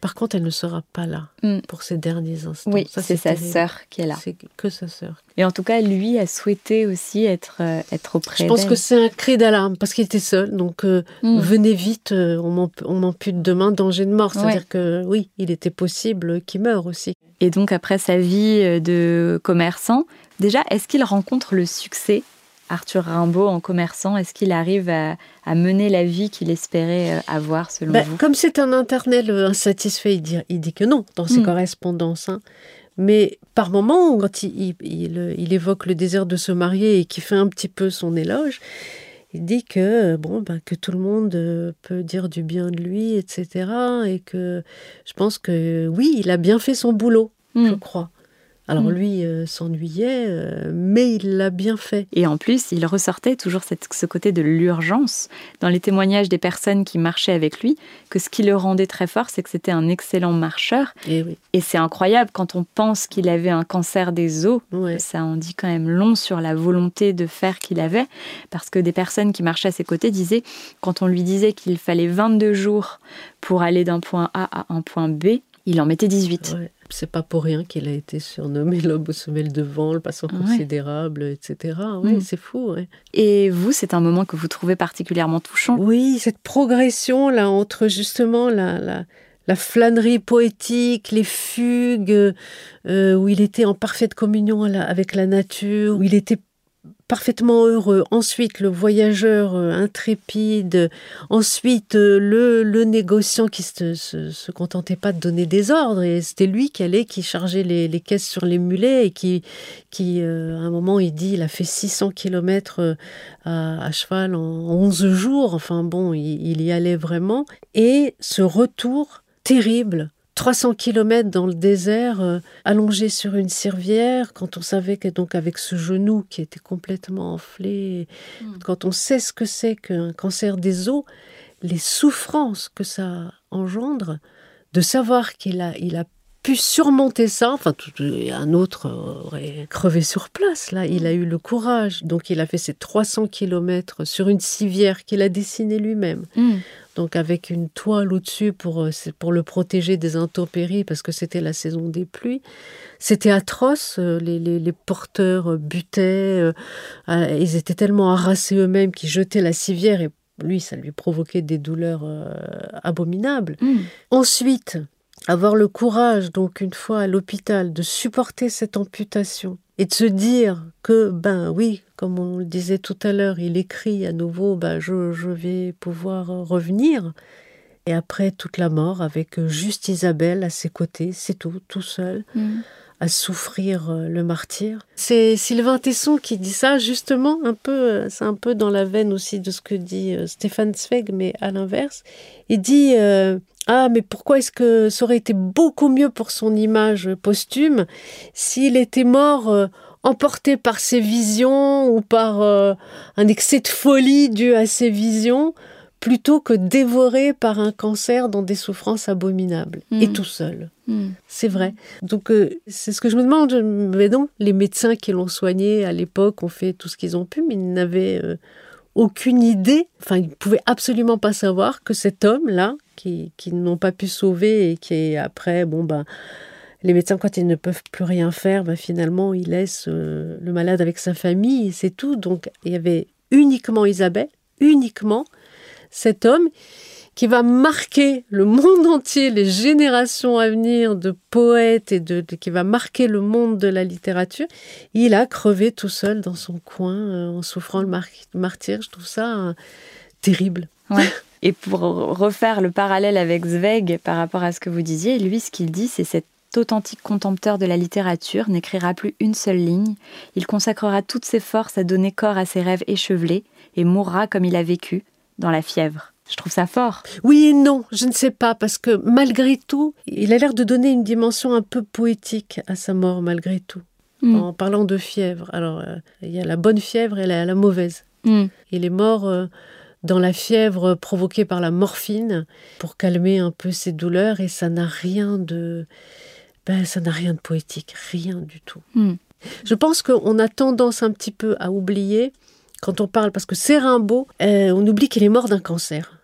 Par contre, elle ne sera pas là mm. pour ces derniers instants. Oui, ça, c'est, c'est sa terrible. sœur qui est là. C'est que sa sœur. Et en tout cas, lui a souhaité aussi être, euh, être auprès d'elle. Je pense que c'est un cri d'alarme, parce qu'il était seul. Donc, euh, mm. venez vite, euh, on m'ampute demain, danger de mort. C'est-à-dire ouais. que, oui, il était possible qu'il meure aussi. Et donc, après sa vie de commerçant, déjà, est-ce qu'il rencontre le succès, Arthur Rimbaud, en commerçant? Est-ce qu'il arrive à, à mener la vie qu'il espérait avoir, selon ben, vous? Comme c'est un internel insatisfait, il dit, il dit que non, dans ses mm. correspondances. Hein. Mais par moments, quand il, il, il, il évoque le désir de se marier et qu'il fait un petit peu son éloge, il dit que, bon, ben, que tout le monde peut dire du bien de lui, et cetera. Et que je pense que, oui, il a bien fait son boulot, mmh. je crois. Alors mmh. lui euh, s'ennuyait, euh, mais il l'a bien fait. Et en plus, il ressortait toujours cette, ce côté de l'urgence dans les témoignages des personnes qui marchaient avec lui, que ce qui le rendait très fort, c'est que c'était un excellent marcheur. Et, oui. Et c'est incroyable quand on pense qu'il avait un cancer des os. Ouais. Ça en dit quand même long sur la volonté de faire qu'il avait, parce que des personnes qui marchaient à ses côtés disaient, quand on lui disait qu'il fallait vingt-deux jours pour aller d'un point A à un point B, il en mettait dix-huit. Ouais. C'est pas pour rien qu'il a été surnommé l'homme aux semelles de vent, le passant ouais. considérable, et cetera. Oui, mmh. c'est fou. Ouais. Et vous, c'est un moment que vous trouvez particulièrement touchant? Oui, cette progression là entre justement la, la, la flânerie poétique, les fugues, euh, où il était en parfaite communion avec la nature, où il était parfaitement heureux. Ensuite, le voyageur euh, intrépide. Ensuite, euh, le, le négociant qui se, se, se contentait pas de donner des ordres. Et c'était lui qui allait, qui chargeait les, les caisses sur les mulets et qui, qui euh, à un moment, il dit, il a fait six cents kilomètres à, à cheval en onze jours. Enfin bon, il, il y allait vraiment. Et ce retour terrible, trois cents kilomètres dans le désert, euh, allongé sur une civière, quand on savait que donc avec ce genou qui était complètement enflé, mmh. quand on sait ce que c'est qu'un cancer des os, les souffrances que ça engendre, de savoir qu'il a, il a pu surmonter ça, enfin tout, un autre aurait crevé sur place, là, il a eu le courage, donc il a fait ces trois cents kilomètres sur une civière qu'il a dessinée lui-même. Mmh. Donc avec une toile au-dessus pour, pour le protéger des intempéries, parce que c'était la saison des pluies. C'était atroce, les, les, les porteurs butaient, euh, ils étaient tellement harassés eux-mêmes qu'ils jetaient la civière, et lui, ça lui provoquait des douleurs euh, abominables. Mmh. Ensuite, avoir le courage, donc une fois à l'hôpital, de supporter cette amputation, et de se dire que, ben oui, comme on le disait tout à l'heure, il écrit à nouveau, ben je, je vais pouvoir revenir. Et après toute la mort, avec juste Isabelle à ses côtés, c'est tout, tout seul, mmh. à souffrir le martyre. C'est Sylvain Tesson qui dit ça, justement, un peu, c'est un peu dans la veine aussi de ce que dit Stéphane Zweig, mais à l'inverse. Il dit... Euh, Ah, mais pourquoi est-ce que ça aurait été beaucoup mieux pour son image posthume s'il était mort euh, emporté par ses visions ou par euh, un excès de folie dû à ses visions, plutôt que dévoré par un cancer dans des souffrances abominables, mmh. et tout seul. Mmh. C'est vrai. Donc, euh, c'est ce que je me demande. Mais non, les médecins qui l'ont soigné à l'époque ont fait tout ce qu'ils ont pu, mais ils n'avaient euh, aucune idée, enfin, ils ne pouvaient absolument pas savoir que cet homme-là, qui, qui n'ont pas pu sauver et qui, après, bon, ben, les médecins, quand ils ne peuvent plus rien faire, ben, finalement, ils laissent euh, le malade avec sa famille, et c'est tout. Donc, il y avait uniquement Isabelle, uniquement cet homme qui va marquer le monde entier, les générations à venir de poètes, et de, de, qui va marquer le monde de la littérature. Il a crevé tout seul dans son coin euh, en souffrant le mar- martyre. Je trouve ça euh, terrible. Ouais. Et pour refaire le parallèle avec Zweig par rapport à ce que vous disiez, lui, ce qu'il dit, c'est cet authentique contempteur de la littérature n'écrira plus une seule ligne. Il consacrera toutes ses forces à donner corps à ses rêves échevelés et mourra comme il a vécu, dans la fièvre. Je trouve ça fort. Oui et non, je ne sais pas, parce que malgré tout, il a l'air de donner une dimension un peu poétique à sa mort, malgré tout, mmh. en parlant de fièvre. Alors, euh, il y a la bonne fièvre et la, la mauvaise. Mmh. Il est mort euh, dans la fièvre provoquée par la morphine pour calmer un peu ses douleurs, et ça n'a rien de, ben, ça n'a rien de poétique, rien du tout. Mmh. Je pense qu'on a tendance un petit peu à oublier, quand on parle, parce que c'est Rimbaud, euh, on oublie qu'il est mort d'un cancer.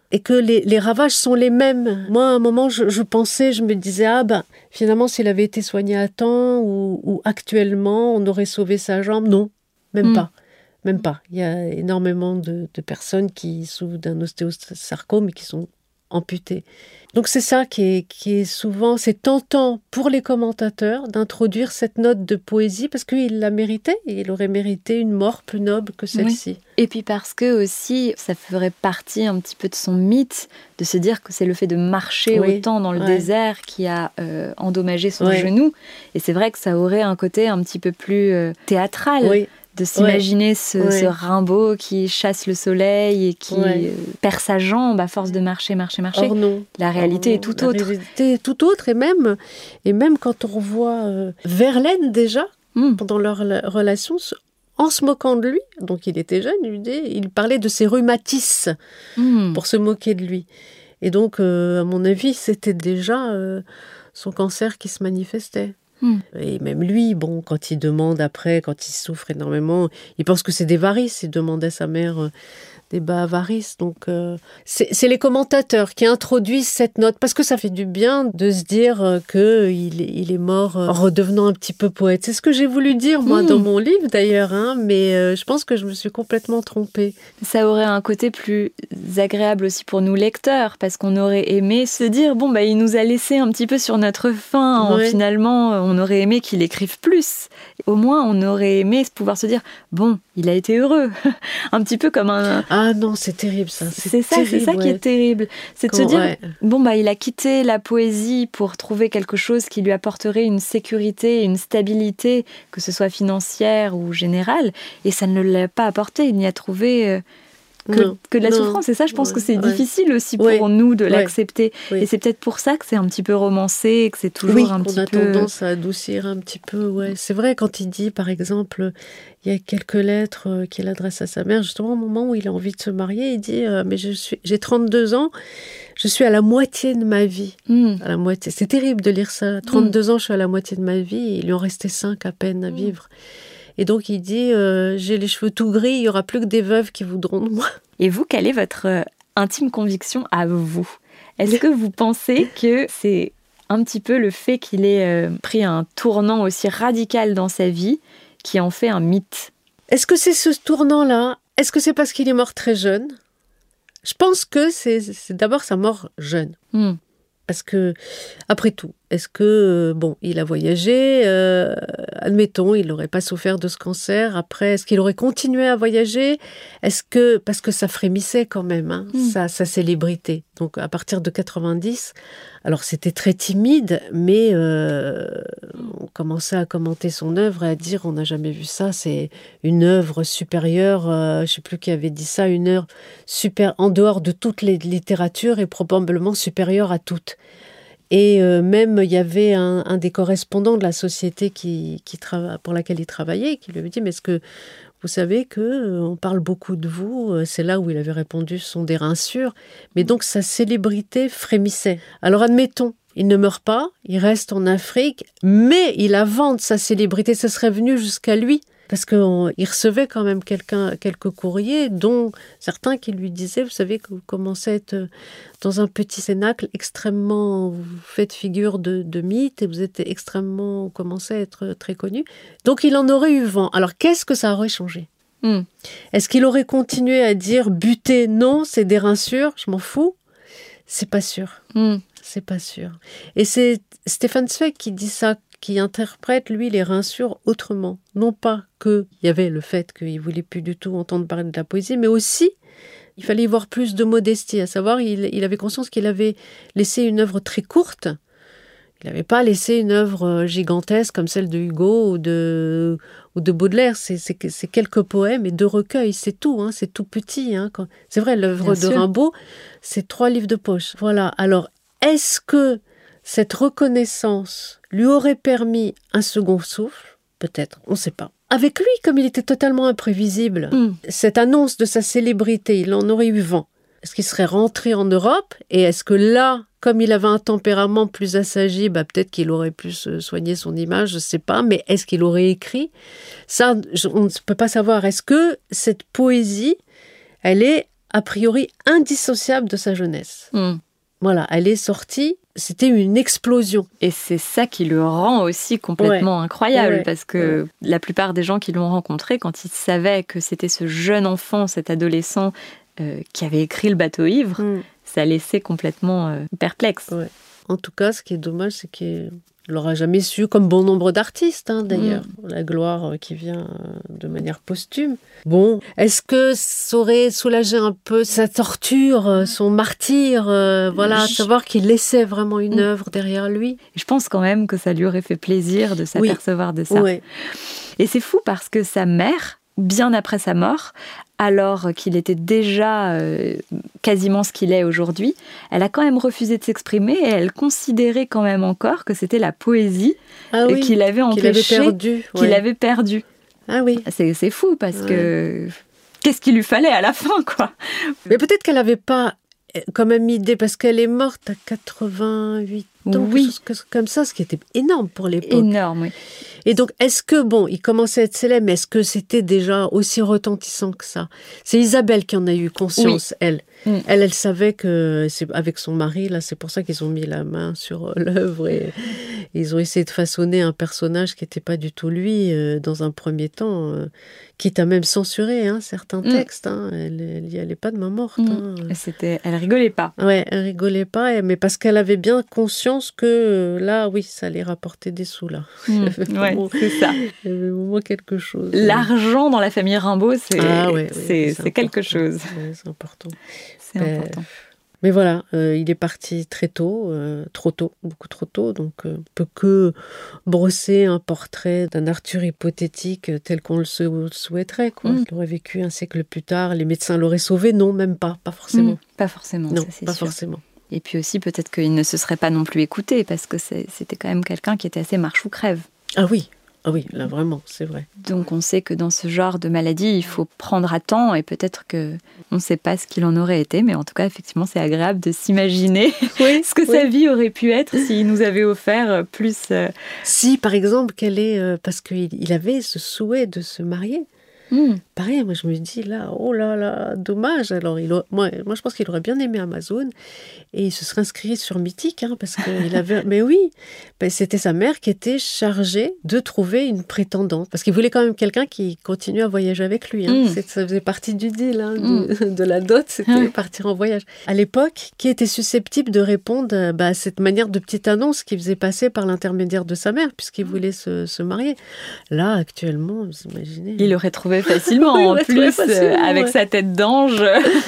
et que les, les ravages sont les mêmes. Moi, à un moment, je, je pensais, je me disais, ah ben, finalement, s'il avait été soigné à temps ou, ou actuellement, on aurait sauvé sa jambe. Non, même mmh. pas. Même pas. Il y a énormément de, de personnes qui souffrent d'un ostéosarcome et qui sont amputées. Donc c'est ça qui est, qui est souvent, c'est tentant pour les commentateurs d'introduire cette note de poésie parce qu'il la méritait, et il aurait mérité une mort plus noble que celle-ci. Oui. Et puis parce que aussi, ça ferait partie un petit peu de son mythe, de se dire que c'est le fait de marcher oui. autant dans le ouais. désert qui a euh, endommagé son oui. genou. Et c'est vrai que ça aurait un côté un petit peu plus euh, théâtral. Oui. De s'imaginer ouais. ce, ouais. ce Rimbaud qui chasse le soleil et qui ouais. perd sa jambe à force de marcher, marcher, marcher. Or non. La réalité Or est tout autre. La réalité est tout autre. Et même, et même quand on revoit euh, Verlaine déjà, mm. pendant leur relation, en se moquant de lui, donc il était jeune, il, dit, il parlait de ses rhumatismes mm. pour se moquer de lui. Et donc, euh, à mon avis, c'était déjà euh, son cancer qui se manifestait. Mmh. Et même lui, bon, quand il demande après, quand il souffre énormément, il pense que c'est des varices. Il demande à sa mère euh, des bas à varices. Donc, euh, c'est, c'est les commentateurs qui introduisent cette note parce que ça fait du bien de se dire euh, qu'il il est mort euh, en redevenant un petit peu poète. C'est ce que j'ai voulu dire, moi, mmh. dans mon livre d'ailleurs, hein, mais euh, je pense que je me suis complètement trompée. Ça aurait un côté plus agréable aussi pour nous lecteurs parce qu'on aurait aimé se dire, bon, bah, il nous a laissé un petit peu sur notre faim. Ouais. Finalement, on aurait aimé qu'il écrive plus. Au moins, on aurait aimé pouvoir se dire, bon, il a été heureux. Un petit peu comme un... Ah non, c'est terrible ça. C'est, c'est ça, terrible, c'est ça ouais. qui est terrible. C'est de Quand, se dire, ouais. bon, bah, il a quitté la poésie pour trouver quelque chose qui lui apporterait une sécurité, une stabilité, que ce soit financière ou générale. Et ça ne l'a pas apporté. Il n'y a trouvé... Euh, Que, que de la non. souffrance. Et ça, je pense ouais, que c'est ouais. difficile aussi pour ouais, nous de ouais, l'accepter. Ouais. Et c'est peut-être pour ça que c'est un petit peu romancé, que c'est toujours oui, un petit peu... Oui, on a tendance à adoucir un petit peu. Ouais. C'est vrai, quand il dit, par exemple, il y a quelques lettres qu'il adresse à sa mère, justement au moment où il a envie de se marier, il dit euh, « Mais je suis, j'ai trente-deux ans, je suis à la moitié de ma vie. Mm. » À la moitié. C'est terrible de lire ça. trente-deux mm. ans, je suis à la moitié de ma vie, et il lui en restait cinq à peine à vivre. Et donc, il dit euh, « J'ai les cheveux tout gris, il n'y aura plus que des veuves qui voudront de moi. » Et vous, quelle est votre euh, intime conviction à vous ? Est-ce que vous pensez que c'est un petit peu le fait qu'il ait euh, pris un tournant aussi radical dans sa vie qui en fait un mythe ? Est-ce que c'est ce tournant-là ? Est-ce que c'est parce qu'il est mort très jeune ? Je pense que c'est, c'est d'abord sa mort jeune. Mm. Parce que, après tout, est-ce que, bon, il a voyagé, euh, admettons, il n'aurait pas souffert de ce cancer, après, est-ce qu'il aurait continué à voyager ? Est-ce que, parce que ça frémissait quand même, hein, mmh. sa, sa célébrité. Donc, à partir de quatre-vingt-dix, alors c'était très timide, mais euh, on commençait à commenter son œuvre et à dire, on n'a jamais vu ça, c'est une œuvre supérieure, euh, je ne sais plus qui avait dit ça, une œuvre super, en dehors de toute les littératures et probablement supérieure à toutes. Et euh, même, il y avait un, un des correspondants de la société qui, qui trava- pour laquelle il travaillait, qui lui avait dit « Mais est-ce que vous savez qu'on euh, parle beaucoup de vous ?» C'est là où il avait répondu « Ce sont des rinsures. » Mais donc, sa célébrité frémissait. Alors, admettons, il ne meurt pas, il reste en Afrique, mais il invente sa célébrité. Ça serait venu jusqu'à lui. Parce qu'il recevait quand même quelqu'un, quelques courriers, dont certains qui lui disaient, vous savez que vous commencez à être dans un petit cénacle extrêmement, vous faites figure de, de mythe et vous êtes extrêmement, vous commencez à être très connu. Donc il en aurait eu vent. Alors qu'est-ce que ça aurait changé ? mm. Est-ce qu'il aurait continué à dire buter ? Non, c'est des rinsures, je m'en fous. C'est pas sûr. Mm. C'est pas sûr. Et c'est Stéphane Zweig qui dit ça, qui interprète, lui, les rinsures autrement. Non pas qu'il y avait le fait qu'il ne voulait plus du tout entendre parler de la poésie, mais aussi, il fallait y voir plus de modestie. À savoir, il, il avait conscience qu'il avait laissé une œuvre très courte. Il n'avait pas laissé une œuvre gigantesque comme celle de Hugo ou de, ou de Baudelaire. C'est, c'est, c'est quelques poèmes et deux recueils, c'est tout. Hein, c'est tout petit. Hein, quand... C'est vrai, l'œuvre Bien de sûr. Rimbaud, c'est trois livres de poche. Voilà. Alors, est-ce que cette reconnaissance lui aurait permis un second souffle ? Peut-être, on ne sait pas. Avec lui, comme il était totalement imprévisible, mm. cette annonce de sa célébrité, il en aurait eu vent. Est-ce qu'il serait rentré en Europe ? Et est-ce que là, comme il avait un tempérament plus assagi, bah peut-être qu'il aurait pu soigner son image, je ne sais pas, mais est-ce qu'il aurait écrit ? Ça, on ne peut pas savoir. Est-ce que cette poésie, elle est a priori indissociable de sa jeunesse. Mmh. Voilà, elle est sortie, c'était une explosion. Et c'est ça qui le rend aussi complètement ouais. incroyable, ouais. parce que ouais. la plupart des gens qui l'ont rencontré, quand ils savaient que c'était ce jeune enfant, cet adolescent euh, qui avait écrit Le bateau ivre, mmh. ça laissait complètement euh, perplexe. Ouais. En tout cas, ce qui est dommage, c'est qu'il l'aura jamais su, comme bon nombre d'artistes, hein, d'ailleurs. Mmh. La gloire qui vient de manière posthume. Bon, est-ce que ça aurait soulagé un peu sa torture, son martyre, euh, voilà, Je... savoir qu'il laissait vraiment une mmh. œuvre derrière lui? Je pense quand même que ça lui aurait fait plaisir de s'apercevoir oui. de ça. Oui. Et c'est fou parce que sa mère, bien après sa mort, alors qu'il était déjà euh, quasiment ce qu'il est aujourd'hui, elle a quand même refusé de s'exprimer et elle considérait quand même encore que c'était la poésie ah oui, qu'il avait empêché, qu'il avait perdu. Qu'il ouais. avait perdu. Ah oui. C'est, c'est fou parce ouais. que qu'est-ce qu'il lui fallait à la fin, quoi. Mais peut-être qu'elle n'avait pas quand même idée, parce qu'elle est morte à quatre-vingt-huit ans, oui. quelque chose comme ça, ce qui était énorme pour l'époque. Énorme, oui. Et donc, est-ce que, bon, il commençait à être célèbre, mais est-ce que c'était déjà aussi retentissant que ça? C'est Isabelle qui en a eu conscience, oui. elle. Mm. Elle, elle savait que, c'est avec son mari, là, c'est pour ça qu'ils ont mis la main sur l'œuvre et ils ont essayé de façonner un personnage qui n'était pas du tout lui, euh, dans un premier temps, euh, quitte à même censurer hein, certains mm. textes. Hein. Elle n'y allait pas de main morte. Mm. Hein. C'était, elle rigolait pas. Ouais, elle rigolait pas, mais parce qu'elle avait bien conscience que là, oui, ça allait rapporter des sous, là. Mm. Ouais. C'est ça. Il y avait au moins quelque chose. L'argent dans la famille Rimbaud, c'est, ah, ouais, c'est, ouais, c'est, c'est c'est quelque chose. Ouais, c'est important. C'est mais, important. Mais voilà, euh, il est parti très tôt, euh, trop tôt, beaucoup trop tôt, donc on euh, peut que brosser un portrait d'un Arthur hypothétique tel qu'on le souhaiterait. Quoi. Mm. Il aurait vécu un siècle plus tard, les médecins l'auraient sauvé, non, même pas, pas forcément. Mm, pas forcément, non, ça, c'est pas sûr. forcément. Et puis aussi, peut-être qu'il ne se serait pas non plus écouté, parce que c'est, c'était quand même quelqu'un qui était assez marche ou crève. Ah oui, ah oui, là vraiment, c'est vrai. Donc on sait que dans ce genre de maladie, il faut prendre à temps et peut-être qu'on ne sait pas ce qu'il en aurait été, mais en tout cas, effectivement, c'est agréable de s'imaginer oui, ce que oui. sa vie aurait pu être s'il nous avait offert plus... Euh... Si, par exemple, qu'elle est... Euh, parce qu'il il avait ce souhait de se marier. Mmh. Pareil, moi je me dis là, oh là là, dommage. Alors, il a, moi, moi je pense qu'il aurait bien aimé Amazon et il se serait inscrit sur Mythique, hein, parce qu'il avait. Mais oui, ben, c'était sa mère qui était chargée de trouver une prétendante, parce qu'il voulait quand même quelqu'un qui continue à voyager avec lui. Hein. Mmh. C'est, ça faisait partie du deal, hein, mmh. de, de la dot, c'était mmh. partir en voyage. À l'époque, qui était susceptible de répondre bah, à cette manière de petite annonce qu'il faisait passer par l'intermédiaire de sa mère, puisqu'il voulait se, se marier. Là, actuellement, vous imaginez. Il aurait trouvé facilement, oui, en plus, facilement, euh, avec ouais. sa tête d'ange,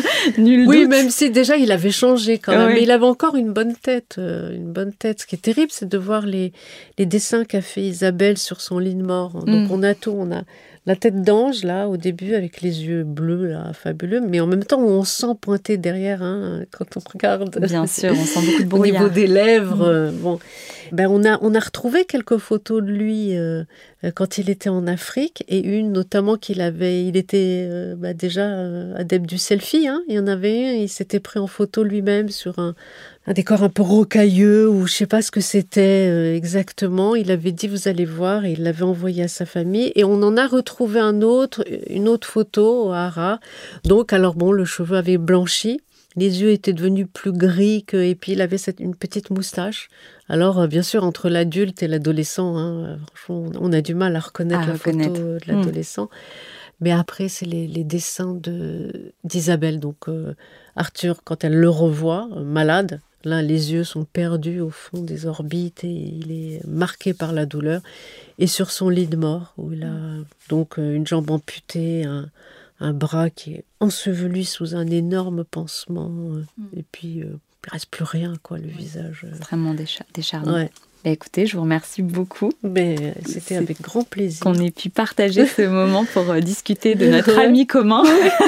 nul oui, doute. Même si déjà il avait changé quand même, oui. mais il avait encore une bonne tête, euh, une bonne tête. Ce qui est terrible, c'est de voir les, les dessins qu'a fait Isabelle sur son lit de mort. Donc mm. on a tout, on a la tête d'ange, là, au début, avec les yeux bleus, là, fabuleux, mais en même temps, on sent pointer derrière, hein, quand on regarde. Bien sûr, on sent beaucoup de brouillard. Au niveau des lèvres, mm. euh, bon. Ben, on a, on a retrouvé quelques photos de lui euh, quand il était en Afrique, et une notamment qu'il avait, il était euh, bah, déjà euh, adepte du selfie, hein. Il y en avait un, il s'était pris en photo lui-même sur un, un décor un peu rocailleux, ou je ne sais pas ce que c'était euh, exactement. Il avait dit, vous allez voir, et il l'avait envoyé à sa famille, et on en a retrouvé un autre, une autre photo à Harare. Donc, alors bon, le cheveu avait blanchi. Les yeux étaient devenus plus gris, que, et puis il avait cette, une petite moustache. Alors, bien sûr, entre l'adulte et l'adolescent, hein, franchement, on a du mal à reconnaître à la reconnaître. photo de l'adolescent. Mmh. Mais après, c'est les, les dessins de, d'Isabelle. Donc, euh, Arthur, quand elle le revoit, euh, malade, là, les yeux sont perdus au fond des orbites et il est marqué par la douleur. Et sur son lit de mort, où il a donc une jambe amputée, un... un bras qui est enseveli sous un énorme pansement, euh, mmh. et puis euh, il ne reste plus rien, quoi, le visage. Euh... Extrêmement décha- décharné. Ouais. Bah, écoutez, je vous remercie beaucoup. Mais c'était C'est... avec grand plaisir. Qu'on ait pu partager ce moment pour euh, discuter de notre ouais. ami commun.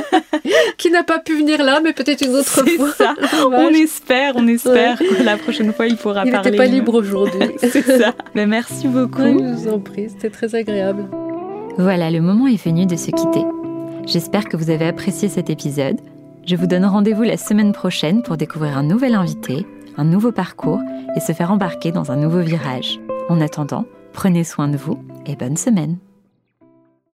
Qui n'a pas pu venir là, mais peut-être une autre C'est fois. Ça. On espère, on espère ouais. que la prochaine fois, il pourra il parler. Il n'était pas libre aujourd'hui. C'est ça. Mais merci beaucoup. Ouais, je vous en prie, c'était très agréable. Voilà, le moment est venu de se quitter. J'espère que vous avez apprécié cet épisode. Je vous donne rendez-vous la semaine prochaine pour découvrir un nouvel invité, un nouveau parcours et se faire embarquer dans un nouveau virage. En attendant, prenez soin de vous et bonne semaine.